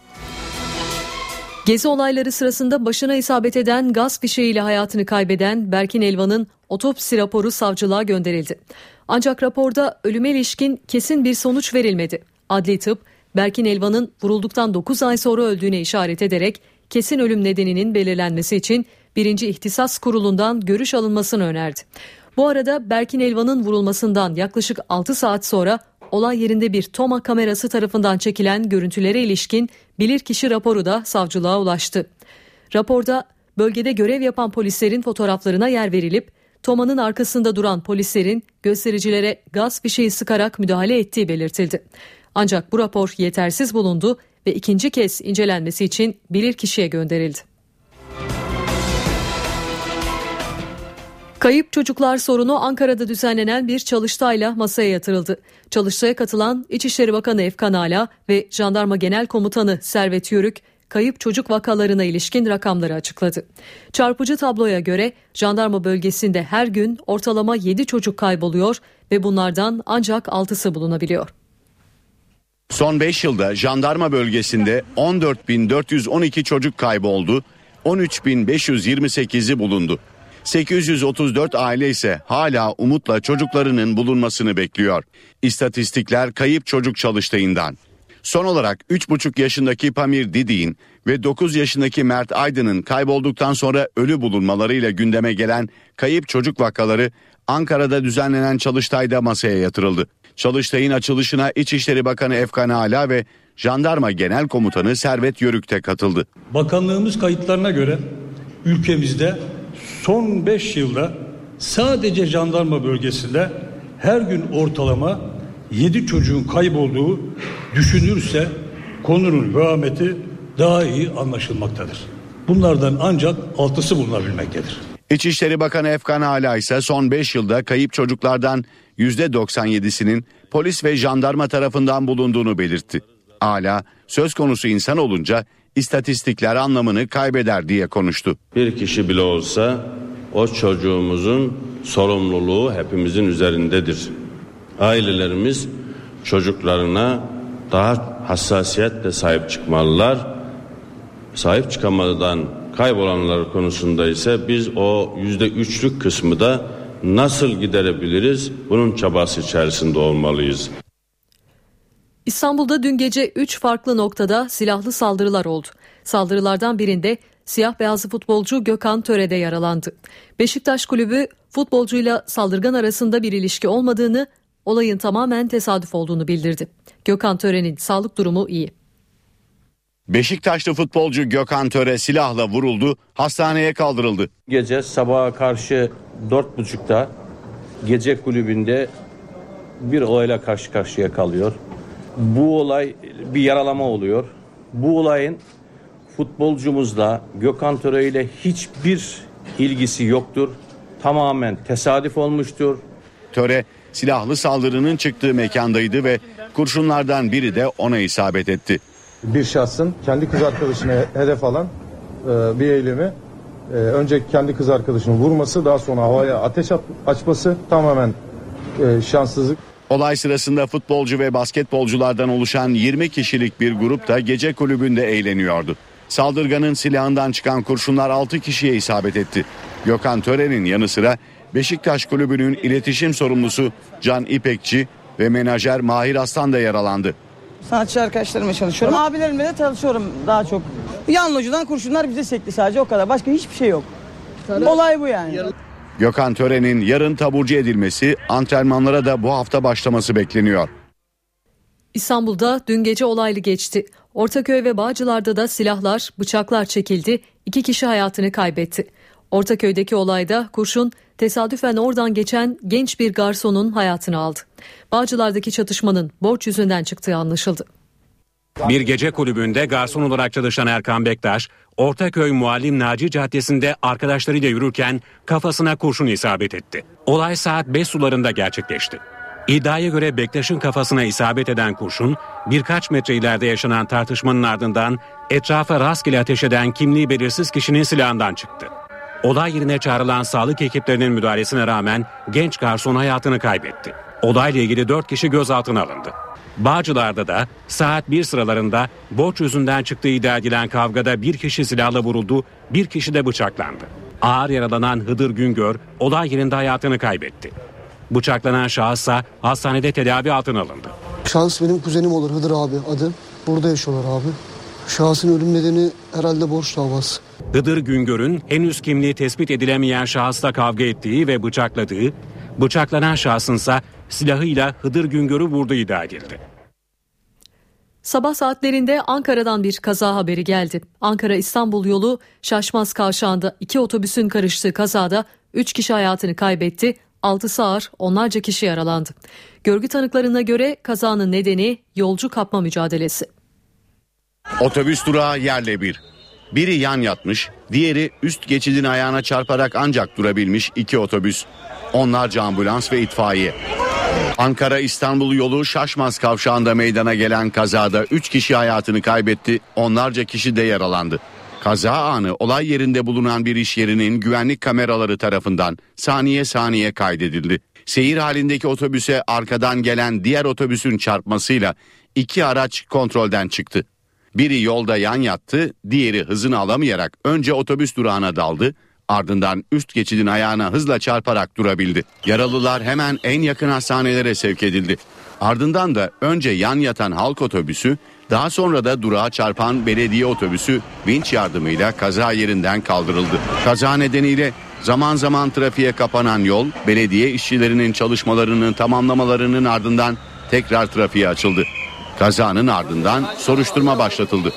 Gezi olayları sırasında başına isabet eden gaz fişeğiyle hayatını kaybeden Berkin Elvan'ın otopsi raporu savcılığa gönderildi. Ancak raporda ölüme ilişkin kesin bir sonuç verilmedi. Adli tıp, Berkin Elvan'ın vurulduktan dokuz ay sonra öldüğüne işaret ederek kesin ölüm nedeninin belirlenmesi için birinci İhtisas Kurulu'ndan görüş alınmasını önerdi. Bu arada Berkin Elvan'ın vurulmasından yaklaşık altı saat sonra olay yerinde bir TOMA kamerası tarafından çekilen görüntülere ilişkin bilirkişi raporu da savcılığa ulaştı. Raporda bölgede görev yapan polislerin fotoğraflarına yer verilip TOMA'nın arkasında duran polislerin göstericilere gaz fişeği sıkarak müdahale ettiği belirtildi. Ancak bu rapor yetersiz bulundu ve ikinci kez incelenmesi için bilirkişiye gönderildi. Kayıp çocuklar sorunu Ankara'da düzenlenen bir çalıştayla masaya yatırıldı. Çalıştaya katılan İçişleri Bakanı Efkan Ala ve Jandarma Genel Komutanı Servet Yörük, kayıp çocuk vakalarına ilişkin rakamları açıkladı. Çarpıcı tabloya göre jandarma bölgesinde her gün ortalama yedi çocuk kayboluyor ve bunlardan ancak altısı bulunabiliyor. Son beş yılda jandarma bölgesinde on dört bin dört yüz on iki çocuk kayboldu, on üç bin beş yüz yirmi sekizi bulundu. sekiz yüz otuz dört aile ise hala umutla çocuklarının bulunmasını bekliyor. İstatistikler kayıp çocuk çalıştayından. Son olarak üç buçuk yaşındaki Pamir Didik'in ve dokuz yaşındaki Mert Aydın'ın kaybolduktan sonra ölü bulunmalarıyla gündeme gelen kayıp çocuk vakaları Ankara'da düzenlenen çalıştayda masaya yatırıldı. Çalıştayın açılışına İçişleri Bakanı Efkan Ala ve Jandarma Genel Komutanı Servet Yörük de katıldı. Bakanlığımız kayıtlarına göre ülkemizde son beş yılda sadece jandarma bölgesinde her gün ortalama yedi çocuğun kaybolduğu düşünülürse konunun vehameti daha iyi anlaşılmaktadır. Bunlardan ancak altısı bulunabilmektedir. İçişleri Bakanı Efkan Ala ise son beş yılda kayıp çocuklardan yüzde doksan yedisinin polis ve jandarma tarafından bulunduğunu belirtti. Ala, söz konusu insan olunca istatistikler anlamını kaybeder diye konuştu. Bir kişi bile olsa o çocuğumuzun sorumluluğu hepimizin üzerindedir. Ailelerimiz çocuklarına daha hassasiyetle sahip çıkmalılar. Sahip çıkamadan kaybolanlar konusunda ise biz o yüzde üçlük kısmı da nasıl giderebiliriz? Bunun çabası içerisinde olmalıyız. İstanbul'da dün gece üç farklı noktada silahlı saldırılar oldu. Saldırılardan birinde siyah beyazlı futbolcu Gökhan Töre de yaralandı. Beşiktaş Kulübü futbolcuyla saldırgan arasında bir ilişki olmadığını, olayın tamamen tesadüf olduğunu bildirdi. Gökhan Töre'nin sağlık durumu iyi. Beşiktaşlı futbolcu Gökhan Töre silahla vuruldu, hastaneye kaldırıldı. Gece sabaha karşı dört buçukta gece kulübünde bir olayla karşı karşıya kalıyor. Bu olay bir yaralama oluyor. Bu olayın futbolcumuzla Gökhan Töre ile hiçbir ilgisi yoktur. Tamamen tesadüf olmuştur. Töre silahlı saldırının çıktığı mekandaydı ve kurşunlardan biri de ona isabet etti. Bir şahsın kendi kız arkadaşını hedef alan e, bir eylemi e, önce kendi kız arkadaşını vurması, daha sonra havaya ateş at, açması tamamen e, şanssızlık. Olay sırasında futbolcu ve basketbolculardan oluşan yirmi kişilik bir grup da gece kulübünde eğleniyordu. Saldırganın silahından çıkan kurşunlar altı kişiye isabet etti. Gökhan Töre'nin yanı sıra Beşiktaş Kulübü'nün iletişim sorumlusu Can İpekçi ve menajer Mahir Aslan da yaralandı. Sanatçı arkadaşlarımla çalışıyorum. Abilerimle de çalışıyorum daha çok. Yan locadan kurşunlar bize sekti sadece, o kadar. Başka hiçbir şey yok. Olay bu yani. Gökhan Töre'nin yarın taburcu edilmesi, antrenmanlara da bu hafta başlaması bekleniyor. İstanbul'da dün gece olaylı geçti. Ortaköy ve Bağcılar'da da silahlar, bıçaklar çekildi. İki kişi hayatını kaybetti. Ortaköy'deki olayda kurşun tesadüfen oradan geçen genç bir garsonun hayatını aldı. Bağcılar'daki çatışmanın borç yüzünden çıktığı anlaşıldı. Bir gece kulübünde garson olarak çalışan Erkan Bektaş, Ortaköy Muallim Naci Caddesi'nde arkadaşlarıyla yürürken kafasına kurşun isabet etti. Olay saat beş sularında gerçekleşti. İddiaya göre Bektaş'ın kafasına isabet eden kurşun birkaç metre ileride yaşanan tartışmanın ardından etrafa rastgele ateş eden kimliği belirsiz kişinin silahından çıktı. Olay yerine çağrılan sağlık ekiplerinin müdahalesine rağmen genç garson hayatını kaybetti. Olayla ilgili dört kişi gözaltına alındı. Bağcılar'da da saat bir sıralarında borç yüzünden çıktığı iddia edilen kavgada bir kişi silahla vuruldu, bir kişi de bıçaklandı. Ağır yaralanan Hıdır Güngör olay yerinde hayatını kaybetti. Bıçaklanan şahıssa hastanede tedavi altına alındı. Şahıs benim kuzenim olur, Hıdır abi adı. Burada yaşıyorlar abi. Şahsın ölüm nedeni herhalde borç davası. Hıdır Güngör'ün henüz kimliği tespit edilemeyen şahısla kavga ettiği ve bıçakladığı, bıçaklanan şahsınsa silahıyla Hıdır Güngör'ü vurduğu iddia edildi. Sabah saatlerinde Ankara'dan bir kaza haberi geldi. Ankara-İstanbul yolu Şaşmaz Kavşağı'nda iki otobüsün karıştığı kazada üç kişi hayatını kaybetti, altısı ağır, onlarca kişi yaralandı. Görgü tanıklarına göre kazanın nedeni yolcu kapma mücadelesi. Otobüs durağı yerle bir. Biri yan yatmış, diğeri üst geçidin ayağına çarparak ancak durabilmiş iki otobüs. Onlarca ambulans ve itfaiye. Ankara-İstanbul yolu Şaşmaz Kavşağı'nda meydana gelen kazada üç kişi hayatını kaybetti, onlarca kişi de yaralandı. Kaza anı olay yerinde bulunan bir iş yerinin güvenlik kameraları tarafından saniye saniye kaydedildi. Seyir halindeki otobüse arkadan gelen diğer otobüsün çarpmasıyla iki araç kontrolden çıktı. Biri yolda yan yattı, diğeri hızını alamayarak önce otobüs durağına daldı, ardından üst geçidin ayağına hızla çarparak durabildi. Yaralılar hemen en yakın hastanelere sevk edildi. Ardından da önce yan yatan halk otobüsü, daha sonra da durağa çarpan belediye otobüsü vinç yardımıyla kaza yerinden kaldırıldı. Kaza nedeniyle zaman zaman trafiğe kapanan yol, belediye işçilerinin çalışmalarının tamamlamalarının ardından tekrar trafiğe açıldı. Kazanın ardından soruşturma başlatıldı.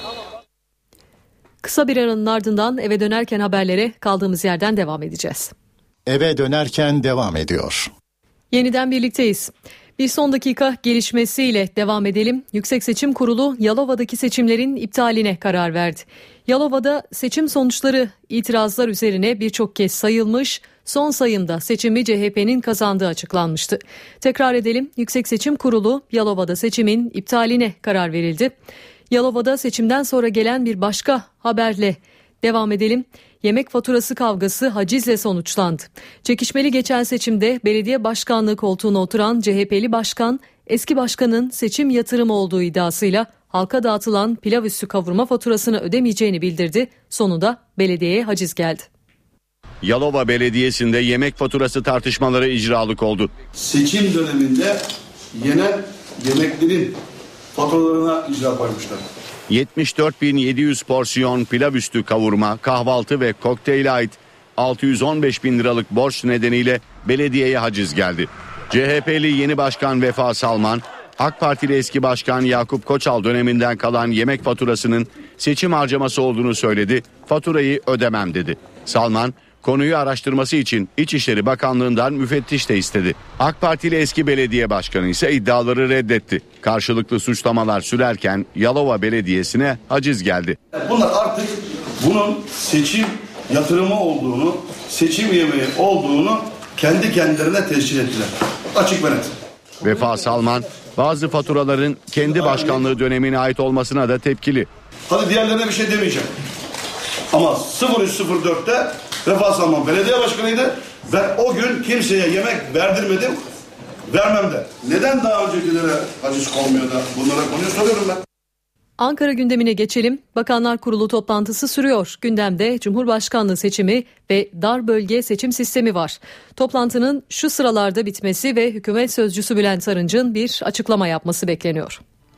Kısa bir aranın ardından eve dönerken haberlere kaldığımız yerden devam edeceğiz. Eve dönerken devam ediyor. Yeniden birlikteyiz. Bir son dakika gelişmesiyle devam edelim. Yüksek Seçim Kurulu Yalova'daki seçimlerin iptaline karar verdi. Yalova'da seçim sonuçları itirazlar üzerine birçok kez sayılmış, son sayımda seçimi C H P'nin kazandığı açıklanmıştı. Tekrar edelim, Yüksek Seçim Kurulu Yalova'da seçimin iptaline karar verildi. Yalova'da seçimden sonra gelen bir başka haberle devam edelim. Yemek faturası kavgası hacizle sonuçlandı. Çekişmeli geçen seçimde belediye başkanlığı koltuğuna oturan C H P'li başkan, eski başkanın seçim yatırımı olduğu iddiasıyla halka dağıtılan pilav üstü kavurma faturasını ödemeyeceğini bildirdi. Sonunda belediyeye haciz geldi. Yalova Belediyesi'nde yemek faturası tartışmaları icralık oldu. Seçim döneminde yenen yemeklerin faturalarına icra koymuşlar. yetmiş dört bin yedi yüz porsiyon pilav üstü kavurma, kahvaltı ve kokteyle ait altı yüz on beş bin liralık borç nedeniyle belediyeye haciz geldi. C H P'li yeni başkan Vefa Salman, AK Partili eski başkan Yakup Koçal döneminden kalan yemek faturasının seçim harcaması olduğunu söyledi, faturayı ödemem dedi. Salman, konuyu araştırması için İçişleri Bakanlığı'ndan müfettiş de istedi. AK Partili eski belediye başkanı ise iddiaları reddetti. Karşılıklı suçlamalar sürerken Yalova Belediyesi'ne haciz geldi. Bunlar artık bunun seçim yatırımı olduğunu, seçim yemeği olduğunu kendi kendilerine tescil ettiler. Açık ve net. Vefa Salman, bazı faturaların kendi başkanlığı dönemine ait olmasına da tepkili. Hadi diğerlerine bir şey demeyeceğim. Ama sıfır üç sıfır dörtte Vefa Salman belediye başkanıydı. Ben o gün kimseye yemek verdirmedim, vermem de. Neden daha öncekilere haciz konmuyor da bunlara konuyu soruyorum ben. Ankara gündemine geçelim. Bakanlar Kurulu toplantısı sürüyor. Gündemde Cumhurbaşkanlığı seçimi ve dar bölge seçim sistemi var. Toplantının şu sıralarda bitmesi ve hükümet sözcüsü Bülent Arınç'ın bir açıklama yapması bekleniyor.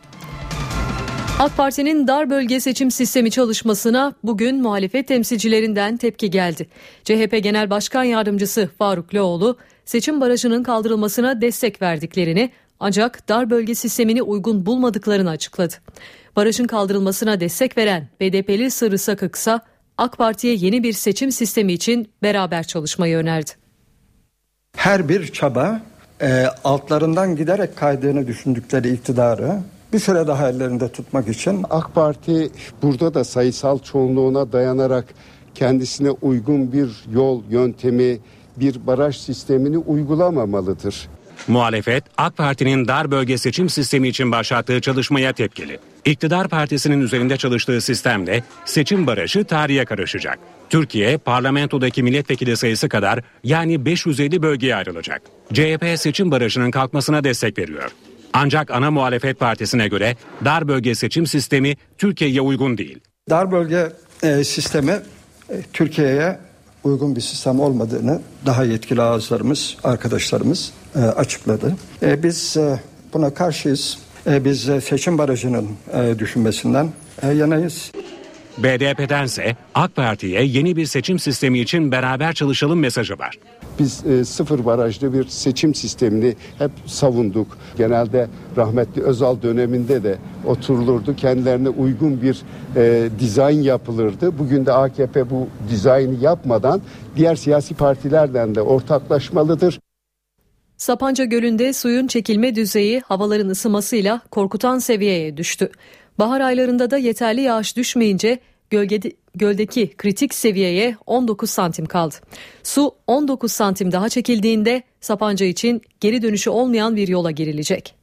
AK Parti'nin dar bölge seçim sistemi çalışmasına bugün muhalefet temsilcilerinden tepki geldi. C H P Genel Başkan Yardımcısı Faruk Loğlu, seçim barajının kaldırılmasına destek verdiklerini ancak dar bölge sistemini uygun bulmadıklarını açıkladı. Barajın kaldırılmasına destek veren B D P'li Sırrı Sakık ise AK Parti'ye yeni bir seçim sistemi için beraber çalışmayı önerdi. Her bir çaba e, altlarından giderek kaydığını düşündükleri iktidarı bir süre daha ellerinde tutmak için AK Parti burada da sayısal çoğunluğuna dayanarak kendisine uygun bir yol, yöntemi, bir baraj sistemini uygulamamalıdır. Muhalefet, AK Parti'nin dar bölge seçim sistemi için başlattığı çalışmaya tepkili. İktidar partisinin üzerinde çalıştığı sistemle seçim barajı tarihe karışacak. Türkiye, parlamentodaki milletvekili sayısı kadar, yani beş yüz elli bölgeye ayrılacak. C H P seçim barajının kalkmasına destek veriyor. Ancak ana muhalefet partisine göre dar bölge seçim sistemi Türkiye'ye uygun değil. Dar bölge e, sistemi e, Türkiye'ye uygun bir sistem olmadığını daha yetkili ağızlarımız, arkadaşlarımız e, açıkladı. E, biz e, buna karşıyız. E, biz e, seçim barajının e, düşünmesinden e, yanayız. B D P'dense AK Parti'ye yeni bir seçim sistemi için beraber çalışalım mesajı var. Biz e, sıfır barajlı bir seçim sistemini hep savunduk. Genelde rahmetli Özal döneminde de oturulurdu. Kendilerine uygun bir e, dizayn yapılırdı. Bugün de A K P bu dizaynı yapmadan diğer siyasi partilerden de ortaklaşmalıdır. Sapanca Gölü'nde suyun çekilme düzeyi havaların ısınmasıyla korkutan seviyeye düştü. Bahar aylarında da yeterli yağış düşmeyince gölgede, göldeki kritik seviyeye on dokuz santim kaldı. Su on dokuz santim daha çekildiğinde Sapanca için geri dönüşü olmayan bir yola girilecek.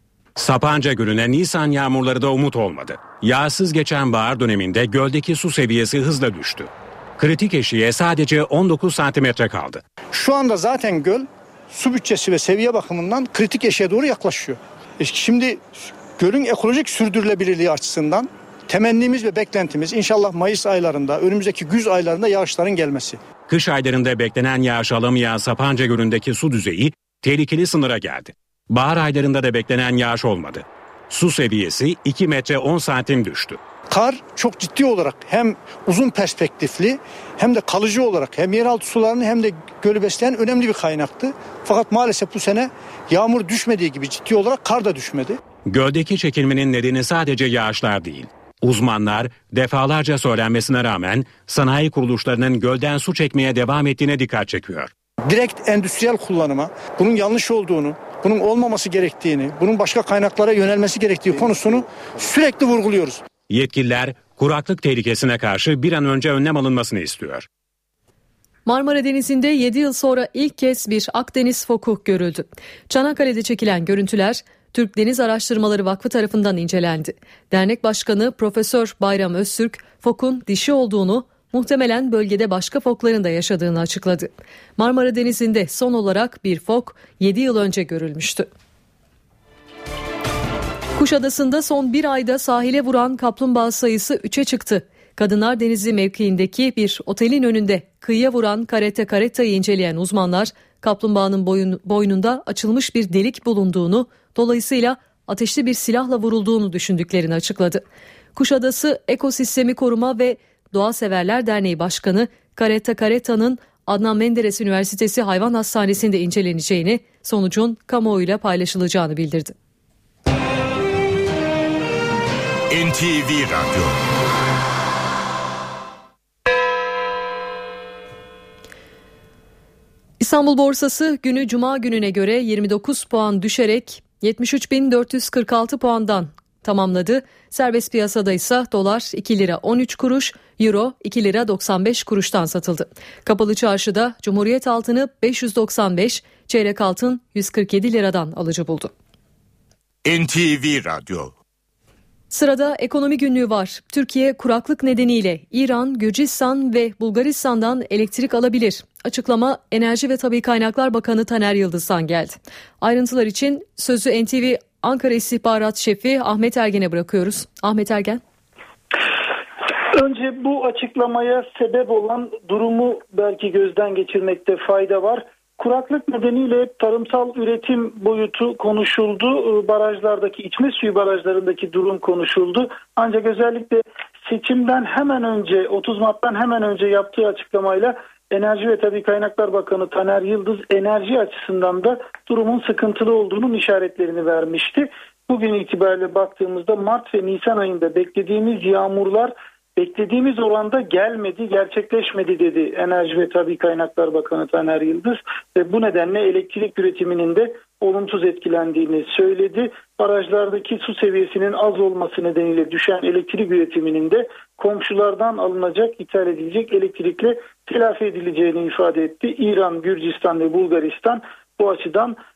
Sapanca Gölü'ne Nisan yağmurları da umut olmadı. Yağsız geçen bahar döneminde göldeki su seviyesi hızla düştü. Kritik eşiğe sadece on dokuz santimetre kaldı. Şu anda zaten göl su bütçesi ve seviye bakımından kritik eşiğe doğru yaklaşıyor. E şimdi gölün ekolojik sürdürülebilirliği açısından temennimiz ve beklentimiz inşallah Mayıs aylarında, önümüzdeki güz aylarında yağışların gelmesi. Kış aylarında beklenen yağış alamayan Sapanca Gölü'ndeki su düzeyi tehlikeli sınıra geldi. Bahar aylarında da beklenen yağış olmadı. Su seviyesi iki metre on santim düştü. Kar çok ciddi olarak hem uzun perspektifli hem de kalıcı olarak hem yeraltı sularını hem de gölü besleyen önemli bir kaynaktı. Fakat maalesef bu sene yağmur düşmediği gibi ciddi olarak kar da düşmedi. Göldeki çekilmenin nedeni sadece yağışlar değil. Uzmanlar defalarca söylenmesine rağmen sanayi kuruluşlarının gölden su çekmeye devam ettiğine dikkat çekiyor. Direkt endüstriyel kullanıma, bunun yanlış olduğunu, bunun olmaması gerektiğini, bunun başka kaynaklara yönelmesi gerektiği konusunu sürekli vurguluyoruz. Yetkililer kuraklık tehlikesine karşı bir an önce önlem alınmasını istiyor. Marmara Denizi'nde yedi yıl sonra ilk kez bir Akdeniz foku görüldü. Çanakkale'de çekilen görüntüler Türk Deniz Araştırmaları Vakfı tarafından incelendi. Dernek Başkanı Profesör Bayram Öztürk, fokun dişi olduğunu, muhtemelen bölgede başka fokların da yaşadığını açıkladı. Marmara Denizi'nde son olarak bir fok yedi yıl önce görülmüştü. Kuşadası'nda son bir ayda sahile vuran kaplumbağa sayısı üçe çıktı. Kadınlar Denizi mevkiindeki bir otelin önünde kıyıya vuran karette karettayı inceleyen uzmanlar, kaplumbağanın boyun, boynunda açılmış bir delik bulunduğunu, dolayısıyla ateşli bir silahla vurulduğunu düşündüklerini açıkladı. Kuşadası Ekosistemi Koruma ve Doğa Severler Derneği Başkanı Karetta Karetta'nın Adnan Menderes Üniversitesi Hayvan Hastanesi'nde inceleneceğini, sonucun kamuoyuyla paylaşılacağını bildirdi. N T V Radyo. İstanbul Borsası günü Cuma gününe göre yirmi dokuz puan düşerek yetmiş üç bin dört yüz kırk altı puandan tamamladı. Serbest piyasada ise dolar iki lira on üç kuruş, euro iki lira doksan beş kuruştan satıldı. Kapalı çarşıda Cumhuriyet altını beş yüz doksan beş, çeyrek altın yüz kırk yedi liradan alıcı buldu. N T V Radyo. Sırada ekonomi günlüğü var. Türkiye kuraklık nedeniyle İran, Gürcistan ve Bulgaristan'dan elektrik alabilir. Açıklama Enerji ve Tabii Kaynaklar Bakanı Taner Yıldız'dan geldi. Ayrıntılar için sözü N T V Ankara İstihbarat Şefi Ahmet Ergen'e bırakıyoruz. Ahmet Ergen. Önce bu açıklamaya sebep olan durumu belki gözden geçirmekte fayda var. Kuraklık nedeniyle tarımsal üretim boyutu konuşuldu. Barajlardaki, içme suyu barajlarındaki durum konuşuldu. Ancak özellikle seçimden hemen önce, otuz Mart'tan hemen önce yaptığı açıklamayla Enerji ve Tabii Kaynaklar Bakanı Taner Yıldız enerji açısından da durumun sıkıntılı olduğunun işaretlerini vermişti. Bugün itibariyle baktığımızda Mart ve Nisan ayında beklediğimiz yağmurlar beklediğimiz oranda gelmedi, gerçekleşmedi dedi Enerji ve Tabii Kaynaklar Bakanı Taner Yıldız. Ve bu nedenle elektrik üretiminin de olumsuz etkilendiğini söyledi. Barajlardaki su seviyesinin az olması nedeniyle düşen elektrik üretiminin de komşulardan alınacak, ithal edilecek elektrikle telafi edileceğini ifade etti. İran, Gürcistan ve Bulgaristan bu açıdan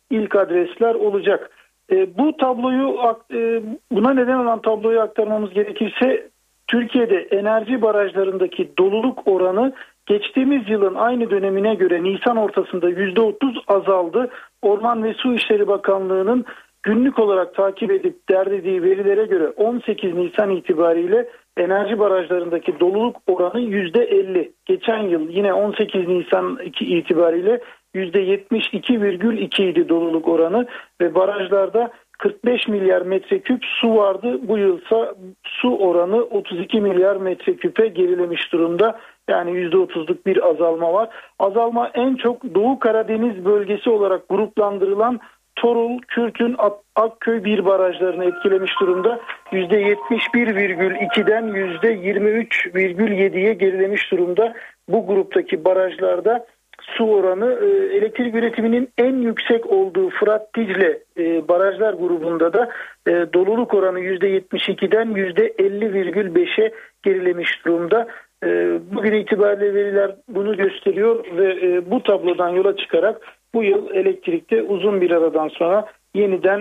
ilk adresler olacak. E, bu tabloyu e, buna neden olan tabloyu aktarmamız gerekirse Türkiye'de enerji barajlarındaki doluluk oranı geçtiğimiz yılın aynı dönemine göre Nisan ortasında yüzde otuz azaldı. Orman ve Su İşleri Bakanlığı'nın günlük olarak takip edip derlediği verilere göre on sekiz Nisan itibariyle enerji barajlarındaki doluluk oranı yüzde elli. Geçen yıl yine on sekiz Nisan itibariyle yüzde yetmiş iki virgül iki idi doluluk oranı ve barajlarda kırk beş milyar metreküp su vardı. Bu yılsa su oranı otuz iki milyar metreküpe gerilemiş durumda. Yani yüzde otuzluk bir azalma var. Azalma en çok Doğu Karadeniz bölgesi olarak gruplandırılan Torul, Kürtün, Akköy bir barajlarını etkilemiş durumda. yüzde yetmiş bir virgül ikiden yüzde yirmi üç virgül yediye gerilemiş durumda. Bu gruptaki barajlarda su oranı elektrik üretiminin en yüksek olduğu Fırat Dicle barajlar grubunda da doluluk oranı yüzde yetmiş ikiden yüzde elli virgül beşe gerilemiş durumda. Bugün itibariyle veriler bunu gösteriyor ve bu tablodan yola çıkarak bu yıl elektrikte uzun bir aradan sonra yeniden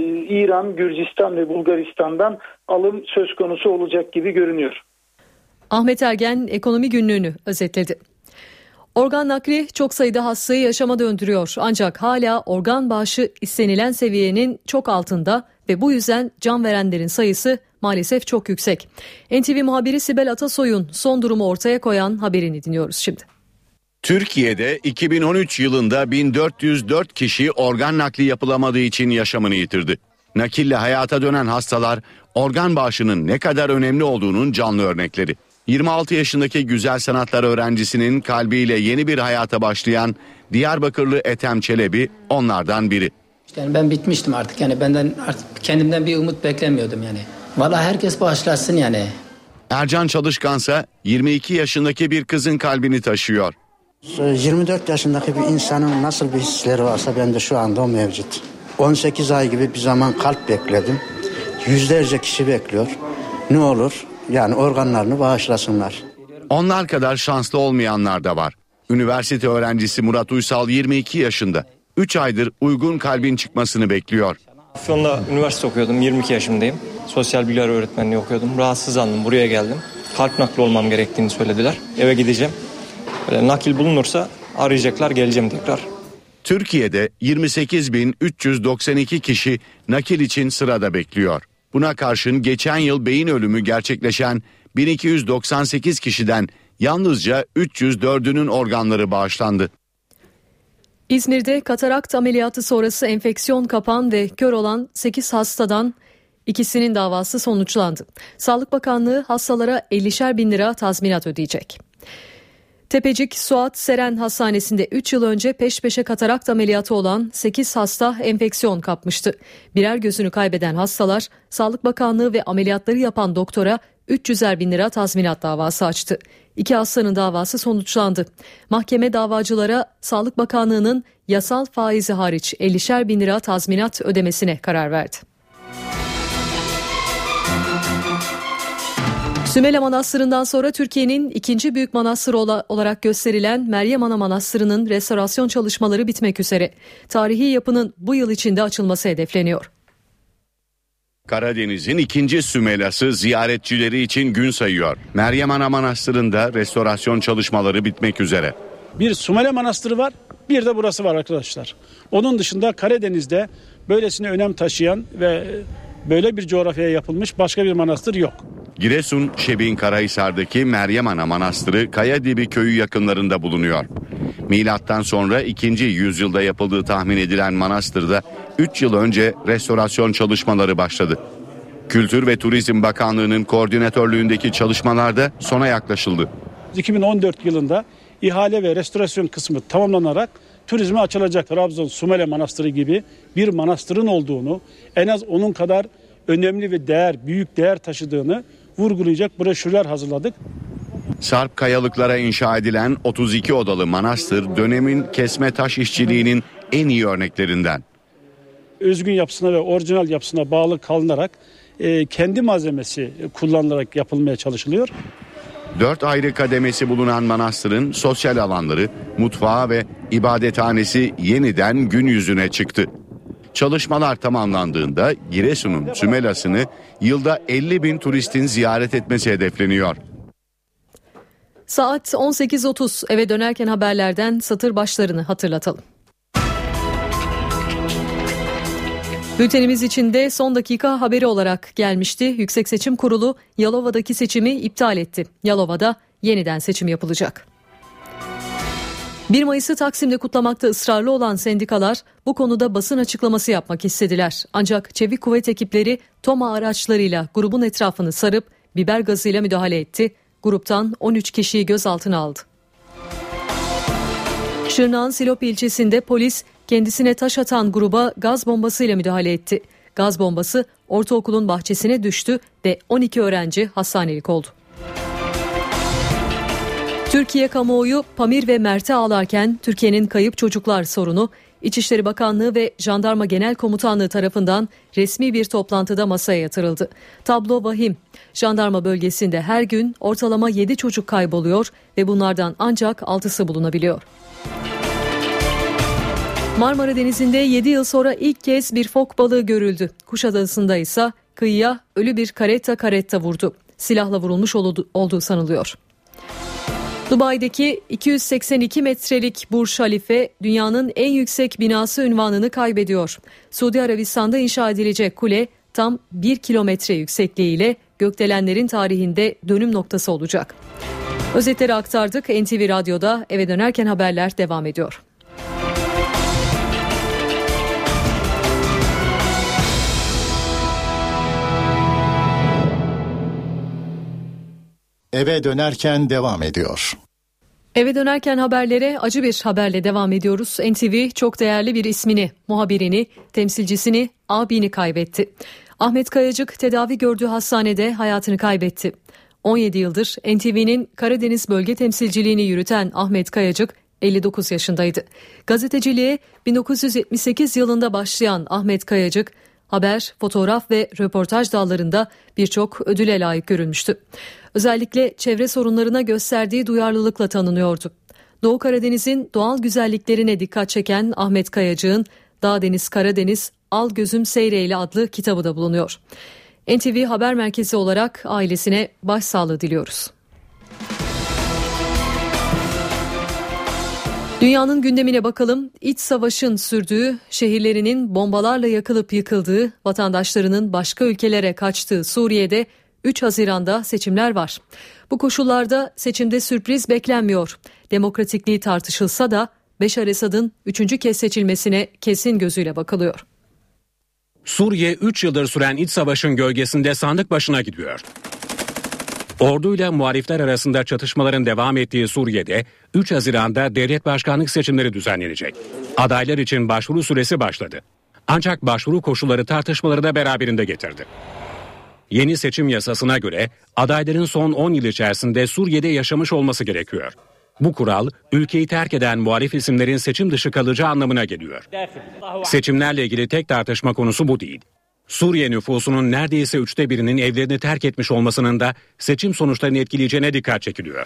İran, Gürcistan ve Bulgaristan'dan alım söz konusu olacak gibi görünüyor. Ahmet Ergen ekonomi günlüğünü özetledi. Organ nakli çok sayıda hastayı yaşama döndürüyor. Ancak hala organ bağışı istenilen seviyenin çok altında ve bu yüzden can verenlerin sayısı maalesef çok yüksek. N T V muhabiri Sibel Atasoy'un son durumu ortaya koyan haberini dinliyoruz şimdi. Türkiye'de iki bin on üç yılında bin dört yüz dört kişi organ nakli yapılamadığı için yaşamını yitirdi. Nakille hayata dönen hastalar organ bağışının ne kadar önemli olduğunun canlı örnekleri. yirmi altı yaşındaki güzel sanatlar öğrencisinin kalbiyle yeni bir hayata başlayan Diyarbakırlı Ethem Çelebi onlardan biri. Yani ben bitmiştim artık, yani benden artık kendimden bir umut beklemiyordum yani. Vallahi herkes bağışlasın yani. Ercan Çalışkansa yirmi iki yaşındaki bir kızın kalbini taşıyor. yirmi dört yaşındaki bir insanın nasıl bir hisleri varsa bende şu anda o mevcut. on sekiz ay gibi bir zaman kalp bekledim. Yüzlerce kişi bekliyor. Ne olur yani organlarını bağışlasınlar. Onlar kadar şanslı olmayanlar da var. Üniversite öğrencisi Murat Uysal yirmi iki yaşında. üç aydır uygun kalbin çıkmasını bekliyor. Afyon'da üniversite okuyordum, yirmi iki yaşındayım. Sosyal bilgiler öğretmenliği okuyordum. Rahatsızlandım, buraya geldim. Kalp nakli olmam gerektiğini söylediler. Eve gideceğim. Böyle nakil bulunursa arayacaklar, geleceğim tekrar. Türkiye'de yirmi sekiz bin üç yüz doksan iki kişi nakil için sırada bekliyor. Buna karşın geçen yıl beyin ölümü gerçekleşen bin iki yüz doksan sekiz kişiden yalnızca üç yüz dördünün organları bağışlandı. İzmir'de katarakt ameliyatı sonrası enfeksiyon kapan ve kör olan sekiz hastadan ikisinin davası sonuçlandı. Sağlık Bakanlığı hastalara ellişer bin lira tazminat ödeyecek. Tepecik Suat Seren Hastanesi'nde üç yıl önce peş peşe katarakt ameliyatı olan sekiz hasta enfeksiyon kapmıştı. Birer gözünü kaybeden hastalar Sağlık Bakanlığı ve ameliyatları yapan doktora üç yüzer bin lira tazminat davası açtı. İki hastanın davası sonuçlandı. Mahkeme davacılara Sağlık Bakanlığı'nın yasal faizi hariç ellişer bin lira tazminat ödemesine karar verdi. Sümele Manastırı'ndan sonra Türkiye'nin ikinci büyük manastırı olarak gösterilen Meryem Ana Manastırı'nın restorasyon çalışmaları bitmek üzere. Tarihi yapının bu yıl içinde açılması hedefleniyor. Karadeniz'in ikinci Sümelası ziyaretçileri için gün sayıyor. Meryem Ana Manastırı'nda restorasyon çalışmaları bitmek üzere. Bir Sümele Manastırı var, bir de burası var arkadaşlar. Onun dışında Karadeniz'de böylesine önem taşıyan ve böyle bir coğrafyaya yapılmış başka bir manastır yok. Giresun Şebin Karahisar'daki Meryem Ana Manastırı Kayadibi köyü yakınlarında bulunuyor. Milattan sonra ikinci yüzyılda yapıldığı tahmin edilen manastırda üç yıl önce restorasyon çalışmaları başladı. Kültür ve Turizm Bakanlığı'nın koordinatörlüğündeki çalışmalarda sona yaklaşıldı. iki bin on dört yılında ihale ve restorasyon kısmı tamamlanarak turizme açılacak. Trabzon Sümele Manastırı gibi bir manastırın olduğunu, en az onun kadar önemli ve değer, büyük değer taşıdığını vurgulayacak broşürler hazırladık. Sarp kayalıklara inşa edilen otuz iki odalı manastır dönemin kesme taş işçiliğinin en iyi örneklerinden. Özgün yapısına ve orijinal yapısına bağlı kalınarak e, kendi malzemesi kullanılarak yapılmaya çalışılıyor. Dört ayrı kademesi bulunan manastırın sosyal alanları, mutfağı ve ibadethanesi yeniden gün yüzüne çıktı. Çalışmalar tamamlandığında Giresun'un Sümela'sını yılda elli bin turistin ziyaret etmesi hedefleniyor. Saat on sekiz otuz, eve dönerken haberlerden satır başlarını hatırlatalım. Bültenimiz içinde son dakika haberi olarak gelmişti. Yüksek Seçim Kurulu Yalova'daki seçimi iptal etti. Yalova'da yeniden seçim yapılacak. bir Mayıs'ı Taksim'de kutlamakta ısrarlı olan sendikalar bu konuda basın açıklaması yapmak istediler. Ancak Çevik Kuvvet ekipleri TOMA araçlarıyla grubun etrafını sarıp biber gazıyla müdahale etti. Gruptan on üç kişiyi gözaltına aldı. Şırnak'ın Silopi ilçesinde polis kendisine taş atan gruba gaz bombasıyla müdahale etti. Gaz bombası ortaokulun bahçesine düştü ve on iki öğrenci hastanelik oldu. Türkiye kamuoyu Pamir ve Mert'e ağlarken Türkiye'nin kayıp çocuklar sorunu İçişleri Bakanlığı ve Jandarma Genel Komutanlığı tarafından resmi bir toplantıda masaya yatırıldı. Tablo vahim. Jandarma bölgesinde her gün ortalama yedi çocuk kayboluyor ve bunlardan ancak altısı bulunabiliyor. Marmara Denizi'nde yedi yıl sonra ilk kez bir fok balığı görüldü. Kuşadası'nda ise kıyıya ölü bir karetta karetta vurdu. Silahla vurulmuş olduğu sanılıyor. Dubai'deki iki yüz seksen iki metrelik Burj Halife dünyanın en yüksek binası unvanını kaybediyor. Suudi Arabistan'da inşa edilecek kule tam bir kilometre yüksekliğiyle gökdelenlerin tarihinde dönüm noktası olacak. Özetleri aktardık. N T V Radyo'da eve dönerken haberler devam ediyor. Eve dönerken devam ediyor. Eve dönerken haberlere acı bir haberle devam ediyoruz. N T V çok değerli bir ismini, muhabirini, temsilcisini, abini kaybetti. Ahmet Kayacık tedavi gördüğü hastanede hayatını kaybetti. on yedi yıldır N T V'nin Karadeniz bölge temsilciliğini yürüten Ahmet Kayacık elli dokuz yaşındaydı. Gazeteciliğe bin dokuz yüz yetmiş sekiz yılında başlayan Ahmet Kayacık, haber, fotoğraf ve röportaj dallarında birçok ödüle layık görülmüştü. Özellikle çevre sorunlarına gösterdiği duyarlılıkla tanınıyordu. Doğu Karadeniz'in doğal güzelliklerine dikkat çeken Ahmet Kayacık'ın Dağ Deniz Karadeniz Al Gözüm Seyreyle adlı kitabı da bulunuyor. N T V Haber Merkezi olarak ailesine başsağlığı diliyoruz. Dünyanın gündemine bakalım. İç savaşın sürdüğü, şehirlerinin bombalarla yakılıp yıkıldığı, vatandaşlarının başka ülkelere kaçtığı Suriye'de üç Haziran'da seçimler var. Bu koşullarda seçimde sürpriz beklenmiyor. Demokratikliği tartışılsa da Beşar Esad'ın üçüncü kez seçilmesine kesin gözüyle bakılıyor. Suriye üç yıldır süren iç savaşın gölgesinde sandık başına gidiyor. Orduyla muhalifler arasında çatışmaların devam ettiği Suriye'de üç Haziran'da devlet başkanlık seçimleri düzenlenecek. Adaylar için başvuru süresi başladı. Ancak başvuru koşulları tartışmaları da beraberinde getirdi. Yeni seçim yasasına göre adayların son on yıl içerisinde Suriye'de yaşamış olması gerekiyor. Bu kural ülkeyi terk eden muhalif isimlerin seçim dışı kalacağı anlamına geliyor. Seçimlerle ilgili tek tartışma konusu bu değil. Suriye nüfusunun neredeyse üçte birinin evlerini terk etmiş olmasının da seçim sonuçlarını etkileyeceğine dikkat çekiliyor.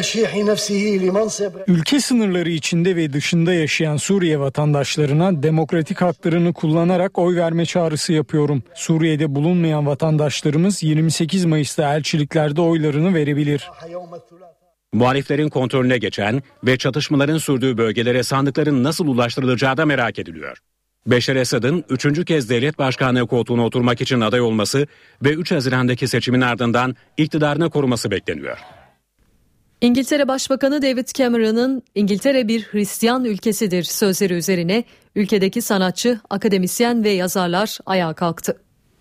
Ülke sınırları içinde ve dışında yaşayan Suriye vatandaşlarına demokratik haklarını kullanarak oy verme çağrısı yapıyorum. Suriye'de bulunmayan vatandaşlarımız yirmi sekiz Mayıs'ta elçiliklerde oylarını verebilir. Muhaliflerin kontrolüne geçen ve çatışmaların sürdüğü bölgelere sandıkların nasıl ulaştırılacağı da merak ediliyor. Beşar Esad'ın üçüncü kez devlet başkanlığı koltuğuna oturmak için aday olması ve üç Haziran'daki seçimin ardından iktidarını koruması bekleniyor. İngiltere Başbakanı David Cameron'ın "İngiltere bir Hristiyan ülkesidir" sözleri üzerine ülkedeki sanatçı, akademisyen ve yazarlar ayağa kalktı.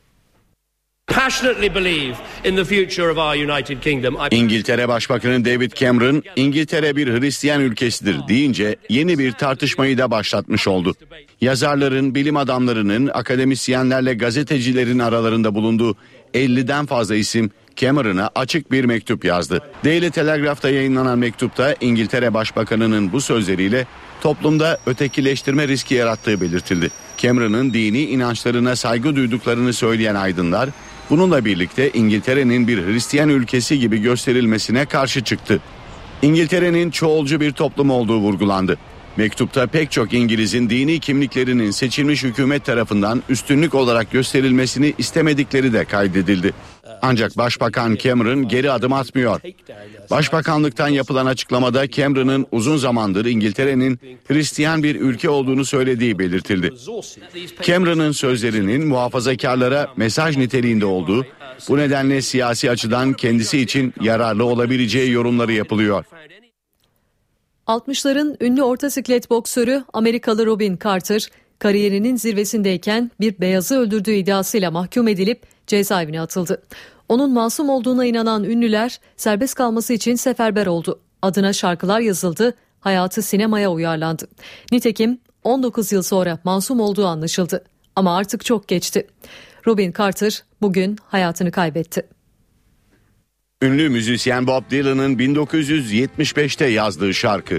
İngiltere Başbakanı David Cameron, "İngiltere bir Hristiyan ülkesidir" deyince yeni bir tartışmayı da başlatmış oldu. Yazarların, bilim adamlarının, akademisyenlerle gazetecilerin aralarında bulunduğu elliden fazla isim Cameron'a açık bir mektup yazdı. Daily Telegraph'ta yayınlanan mektupta İngiltere Başbakanı'nın bu sözleriyle toplumda ötekileştirme riski yarattığı belirtildi. Cameron'ın dini inançlarına saygı duyduklarını söyleyen aydınlar, Bununla birlikte İngiltere'nin bir Hristiyan ülkesi gibi gösterilmesine karşı çıktı. İngiltere'nin çoğulcu bir toplum olduğu vurgulandı. Mektupta pek çok İngiliz'in dini kimliklerinin seçilmiş hükümet tarafından üstünlük olarak gösterilmesini istemedikleri de kaydedildi. Ancak Başbakan Cameron geri adım atmıyor. Başbakanlıktan yapılan açıklamada Cameron'ın uzun zamandır İngiltere'nin Hristiyan bir ülke olduğunu söylediği belirtildi. Cameron'ın sözlerinin muhafazakarlara mesaj niteliğinde olduğu, bu nedenle siyasi açıdan kendisi için yararlı olabileceği yorumları yapılıyor. altmışların ünlü orta siklet boksörü Amerikalı Robin Carter, kariyerinin zirvesindeyken bir beyazı öldürdüğü iddiasıyla mahkum edilip cezaevine atıldı. Onun masum olduğuna inanan ünlüler serbest kalması için seferber oldu. Adına şarkılar yazıldı, hayatı sinemaya uyarlandı. Nitekim on dokuz yıl sonra masum olduğu anlaşıldı. Ama artık çok geçti. Robin Carter bugün hayatını kaybetti. Ünlü müzisyen Bob Dylan'ın bin dokuz yüz yetmiş beşte yazdığı şarkı.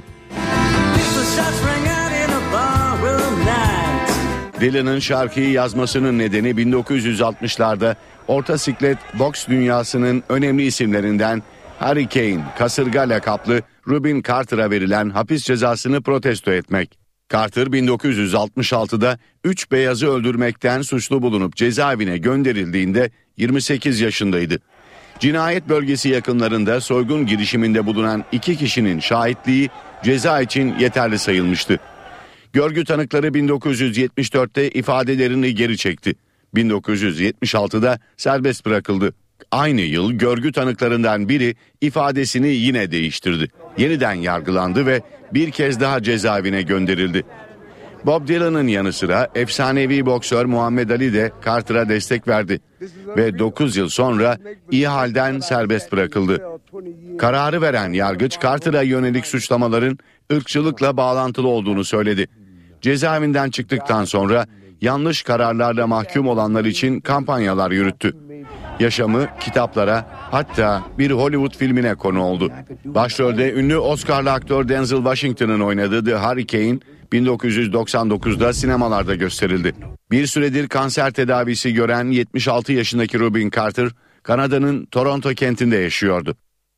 Dylan'ın şarkıyı yazmasının nedeni bin dokuz yüz altmışlarda orta siklet boks dünyasının önemli isimlerinden Harry Kane, kasırga lakaplı Rubin Carter'a verilen hapis cezasını protesto etmek. Carter bin dokuz yüz altmış altıda üç beyazı öldürmekten suçlu bulunup cezaevine gönderildiğinde yirmi sekiz yaşındaydı. Cinayet bölgesi yakınlarında soygun girişiminde bulunan iki kişinin şahitliği ceza için yeterli sayılmıştı. Görgü tanıkları bin dokuz yüz yetmiş dörtte ifadelerini geri çekti. bin dokuz yüz yetmiş altıda serbest bırakıldı. Aynı yıl görgü tanıklarından biri ifadesini yine değiştirdi. Yeniden yargılandı ve bir kez daha cezaevine gönderildi. Bob Dylan'ın yanı sıra efsanevi boksör Muhammed Ali de Carter'a destek verdi ve dokuz yıl sonra iyi halden serbest bırakıldı. Kararı veren yargıç Carter'a yönelik suçlamaların ırkçılıkla bağlantılı olduğunu söyledi. Cezaevinden çıktıktan sonra yanlış kararlarla mahkum olanlar için kampanyalar yürüttü. Yaşamı kitaplara, hatta bir Hollywood filmine konu oldu. Başrolde ünlü Oscar'lı aktör Denzel Washington'ın oynadığı The Hurricane bin dokuz yüz doksan dokuzda sinemalarda gösterildi. Bir süredir kanser tedavisi gören yetmiş altı yaşındaki Rubin Carter, Kanada'nın Toronto kentinde yaşıyordu.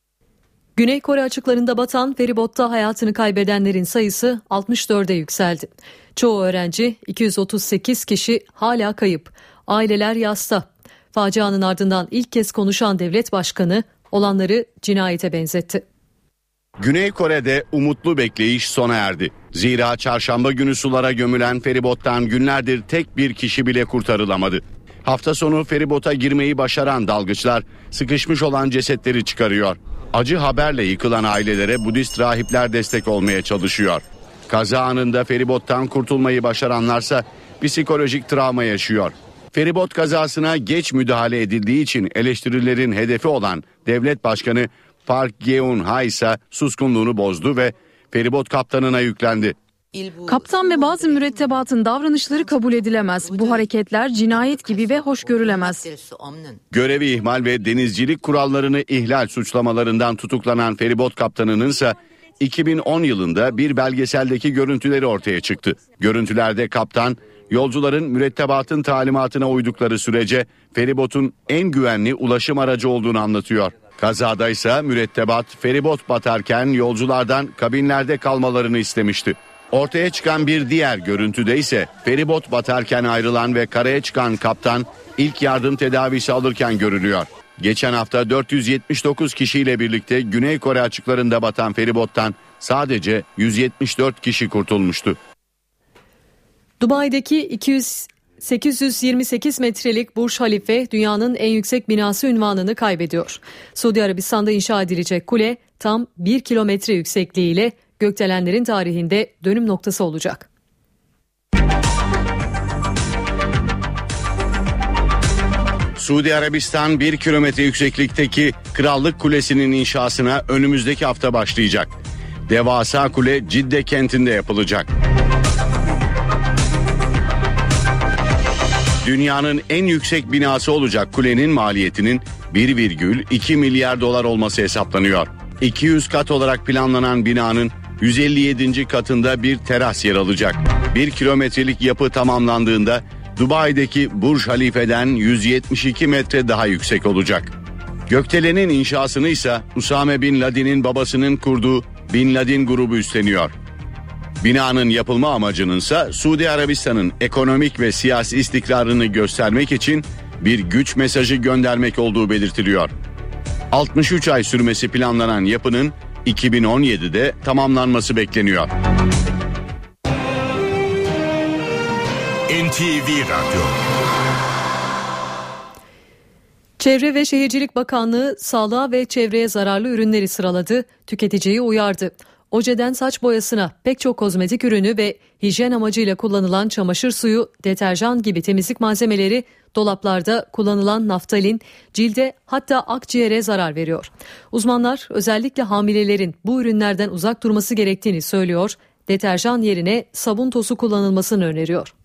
Güney Kore açıklarında batan feribotta hayatını kaybedenlerin sayısı altmış dörde yükseldi. Çoğu öğrenci, iki yüz otuz sekiz kişi hala kayıp. Aileler yasta. Facianın ardından ilk kez konuşan devlet başkanı olanları cinayete benzetti. Güney Kore'de umutlu bekleyiş sona erdi. Zira çarşamba günü sulara gömülen feribottan günlerdir tek bir kişi bile kurtarılamadı. Hafta sonu feribota girmeyi başaran dalgıçlar sıkışmış olan cesetleri çıkarıyor. Acı haberle yıkılan ailelere Budist rahipler destek olmaya çalışıyor. Kaza anında feribottan kurtulmayı başaranlarsa psikolojik travma yaşıyor. Feribot kazasına geç müdahale edildiği için eleştirilerin hedefi olan devlet başkanı Park Geun-hye ise suskunluğunu bozdu ve feribot kaptanına yüklendi. Kaptan ve bazı mürettebatın davranışları kabul edilemez. Bu hareketler cinayet gibi ve hoş görülemez. Görevi ihmal ve denizcilik kurallarını ihlal suçlamalarından tutuklanan feribot kaptanının ise iki bin on yılında bir belgeseldeki görüntüleri ortaya çıktı. Görüntülerde kaptan, yolcuların mürettebatın talimatına uydukları sürece feribotun en güvenli ulaşım aracı olduğunu anlatıyor. Kazada ise mürettebat feribot batarken yolculardan kabinlerde kalmalarını istemişti. Ortaya çıkan bir diğer görüntüde ise feribot batarken ayrılan ve karaya çıkan kaptan ilk yardım tedavisi alırken görülüyor. Geçen hafta dört yüz yetmiş dokuz kişiyle birlikte Güney Kore açıklarında batan feribottan sadece yüz yetmiş dört kişi kurtulmuştu. Dubai'deki sekiz yüz yirmi sekiz metrelik Burj Halife dünyanın en yüksek binası unvanını kaybediyor. Suudi Arabistan'da inşa edilecek kule tam bir kilometre yüksekliğiyle gökdelenlerin tarihinde dönüm noktası olacak. Suudi Arabistan bir kilometre yükseklikteki Krallık Kulesi'nin inşasına önümüzdeki hafta başlayacak. Devasa kule Cidde kentinde yapılacak. Dünyanın en yüksek binası olacak kulenin maliyetinin bir virgül iki milyar dolar olması hesaplanıyor. iki yüz kat olarak planlanan binanın yüz elli yedinci katında bir teras yer alacak. Bir kilometrelik yapı tamamlandığında Dubai'deki Burj Halife'den yüz yetmiş iki metre daha yüksek olacak. Gökdelenin inşasını ise Usame Bin Laden'in babasının kurduğu Bin Laden grubu üstleniyor. Binanın yapılma amacının ise Suudi Arabistan'ın ekonomik ve siyasi istikrarını göstermek için bir güç mesajı göndermek olduğu belirtiliyor. altmış üç ay sürmesi planlanan yapının iki bin on yedide tamamlanması bekleniyor. N T V Radyo. Çevre ve Şehircilik Bakanlığı sağlığa ve çevreye zararlı ürünleri sıraladı, tüketiciyi uyardı. Ojeden saç boyasına pek çok kozmetik ürünü ve hijyen amacıyla kullanılan çamaşır suyu, deterjan gibi temizlik malzemeleri, dolaplarda kullanılan naftalin, cilde hatta akciğere zarar veriyor. Uzmanlar özellikle hamilelerin bu ürünlerden uzak durması gerektiğini söylüyor, deterjan yerine sabun tozu kullanılmasını öneriyor.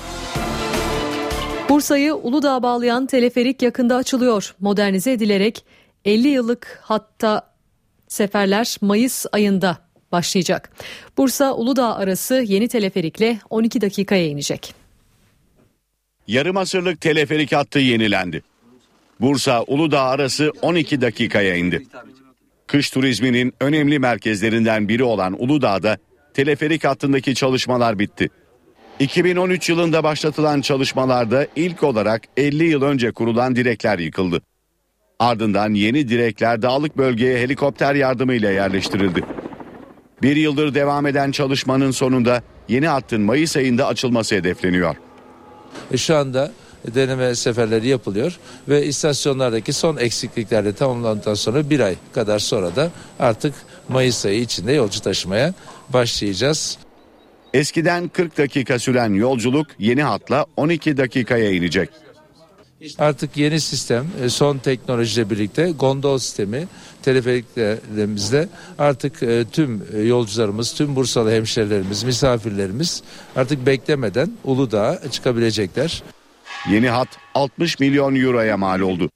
Bursa'yı Uludağ'a bağlayan teleferik yakında açılıyor. Modernize edilerek elli yıllık hatta seferler Mayıs ayında başlayacak. Bursa-Uludağ arası yeni teleferikle on iki dakikaya inecek. Yarım asırlık teleferik hattı yenilendi. Bursa-Uludağ arası on iki dakikaya indi. Kış turizminin önemli merkezlerinden biri olan Uludağ'da teleferik hattındaki çalışmalar bitti. iki bin on üç yılında başlatılan çalışmalarda ilk olarak elli yıl önce kurulan direkler yıkıldı. Ardından yeni direkler dağlık bölgeye helikopter yardımıyla yerleştirildi. Bir yıldır devam eden çalışmanın sonunda yeni hattın Mayıs ayında açılması hedefleniyor. Şu anda deneme seferleri yapılıyor ve istasyonlardaki son eksiklikler de tamamlandıktan sonra bir ay kadar sonra da artık Mayıs ayı içinde yolcu taşımaya başlayacağız. Eskiden kırk dakika süren yolculuk yeni hatla on iki dakikaya inecek. Artık yeni sistem, son teknolojiyle birlikte gondol sistemi teleferiklerimizde artık tüm yolcularımız, tüm Bursalı hemşerilerimiz, misafirlerimiz artık beklemeden Uludağ'a çıkabilecekler. Yeni hat altmış milyon euroya mal oldu.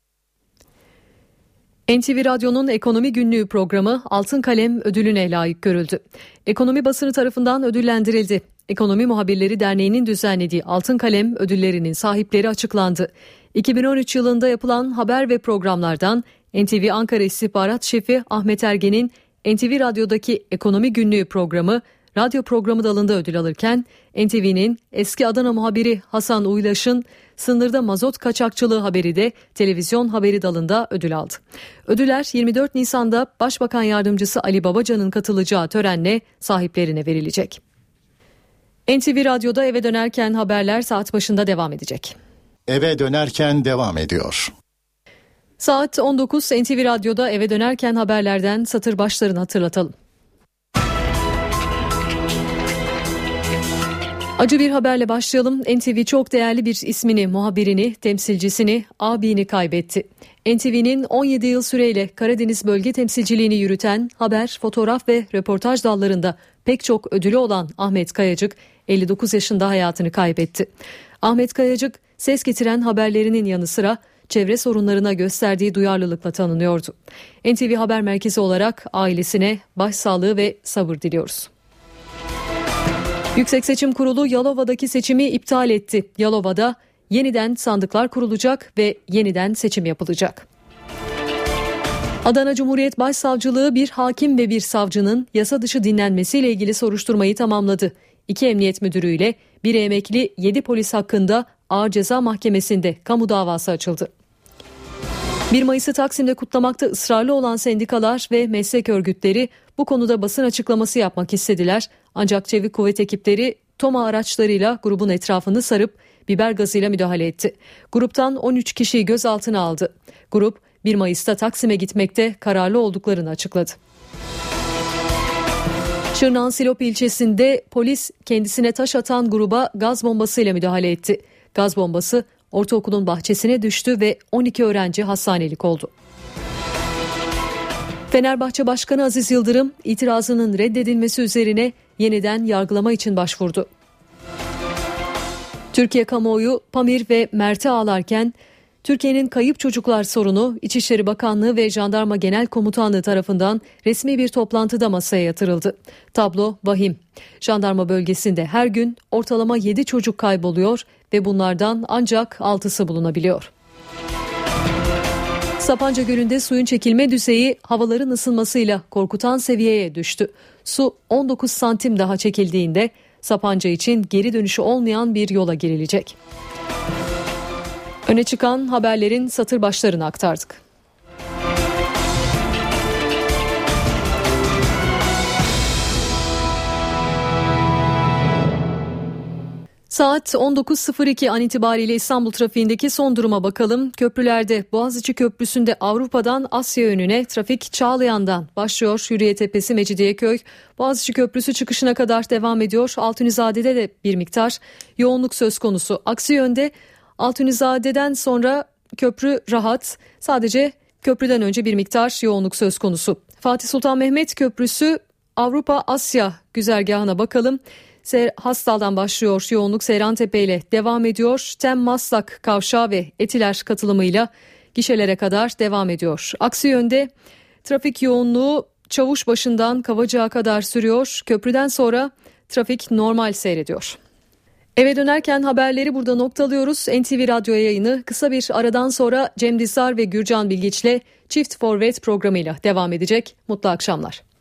N T V Radyo'nun Ekonomi Günlüğü programı Altın Kalem ödülüne layık görüldü. Ekonomi basını tarafından ödüllendirildi. Ekonomi Muhabirleri Derneği'nin düzenlediği Altın Kalem ödüllerinin sahipleri açıklandı. iki bin on üç yılında yapılan haber ve programlardan N T V Ankara İstihbarat Şefi Ahmet Ergen'in N T V Radyo'daki Ekonomi Günlüğü programı radyo programı dalında ödül alırken N T V'nin eski Adana muhabiri Hasan Uylaş'ın sınırda mazot kaçakçılığı haberi de televizyon haberi dalında ödül aldı. Ödüller yirmi dört Nisan'da Başbakan Yardımcısı Ali Babacan'ın katılacağı törenle sahiplerine verilecek. N T V Radyo'da eve dönerken haberler saat başında devam edecek. Eve dönerken devam ediyor. Saat on dokuz N T V Radyo'da eve dönerken haberlerden satır başlarını hatırlatalım. Acı bir haberle başlayalım. N T V çok değerli bir ismini, muhabirini, temsilcisini, abini kaybetti. N T V'nin on yedi yıl süreyle Karadeniz bölge temsilciliğini yürüten haber, fotoğraf ve röportaj dallarında pek çok ödülü olan Ahmet Kayacık elli dokuz yaşında hayatını kaybetti. Ahmet Kayacık ses getiren haberlerinin yanı sıra çevre sorunlarına gösterdiği duyarlılıkla tanınıyordu. N T V Haber Merkezi olarak ailesine başsağlığı ve sabır diliyoruz. Yüksek Seçim Kurulu Yalova'daki seçimi iptal etti. Yalova'da yeniden sandıklar kurulacak ve yeniden seçim yapılacak. Adana Cumhuriyet Başsavcılığı bir hakim ve bir savcının yasa dışı dinlenmesiyle ilgili soruşturmayı tamamladı. İki emniyet müdürüyle bir emekli yedi polis hakkında Ağır Ceza Mahkemesi'nde kamu davası açıldı. bir Mayıs'ı Taksim'de kutlamakta ısrarlı olan sendikalar ve meslek örgütleri bu konuda basın açıklaması yapmak istediler. Ancak Çevik Kuvvet ekipleri TOMA araçlarıyla grubun etrafını sarıp biber gazıyla müdahale etti. Gruptan on üç kişiyi gözaltına aldı. Grup bir Mayıs'ta Taksim'e gitmekte kararlı olduklarını açıkladı. Şırnak'ın Silop ilçesinde polis kendisine taş atan gruba gaz bombasıyla müdahale etti. Gaz bombası ortaokulun bahçesine düştü ve on iki öğrenci hastanelik oldu. Fenerbahçe Başkanı Aziz Yıldırım itirazının reddedilmesi üzerine yeniden yargılama için başvurdu. Türkiye kamuoyu Pamir ve Mert'i ağlarken Türkiye'nin kayıp çocuklar sorunu İçişleri Bakanlığı ve Jandarma Genel Komutanlığı tarafından resmi bir toplantıda masaya yatırıldı. Tablo vahim. Jandarma bölgesinde her gün ortalama yedi çocuk kayboluyor ve bunlardan ancak altısı bulunabiliyor. Sapanca Gölü'nde suyun çekilme düzeyi havaların ısınmasıyla korkutan seviyeye düştü. Su on dokuz santim daha çekildiğinde Sapanca için geri dönüşü olmayan bir yola girilecek. Öne çıkan haberlerin satır başlarını aktardık. Saat on dokuz sıfır iki an itibariyle İstanbul trafiğindeki son duruma bakalım. Köprülerde Boğaziçi Köprüsü'nde Avrupa'dan Asya yönüne trafik Çağlayan'dan başlıyor. Hürriyettepe'si, Mecidiyeköy, Boğaziçi Köprüsü çıkışına kadar devam ediyor. Altunizade'de de bir miktar yoğunluk söz konusu. Aksi yönde Altunizade'den sonra köprü rahat. Sadece köprüden önce bir miktar yoğunluk söz konusu. Fatih Sultan Mehmet Köprüsü Avrupa Asya güzergahına bakalım. Hastal'dan başlıyor yoğunluk, Seyrantepe ile devam ediyor. Tem Maslak Kavşağı ve Etiler katılımıyla gişelere kadar devam ediyor. Aksi yönde trafik yoğunluğu Çavuşbaşı'ndan Kavacık'a kadar sürüyor. Köprüden sonra trafik normal seyrediyor. Eve dönerken haberleri burada noktalıyoruz. N T V Radyo yayını kısa bir aradan sonra Cem Dizdar ve Gürcan Bilgiç'le Çift Forvet programıyla devam edecek. Mutlu akşamlar.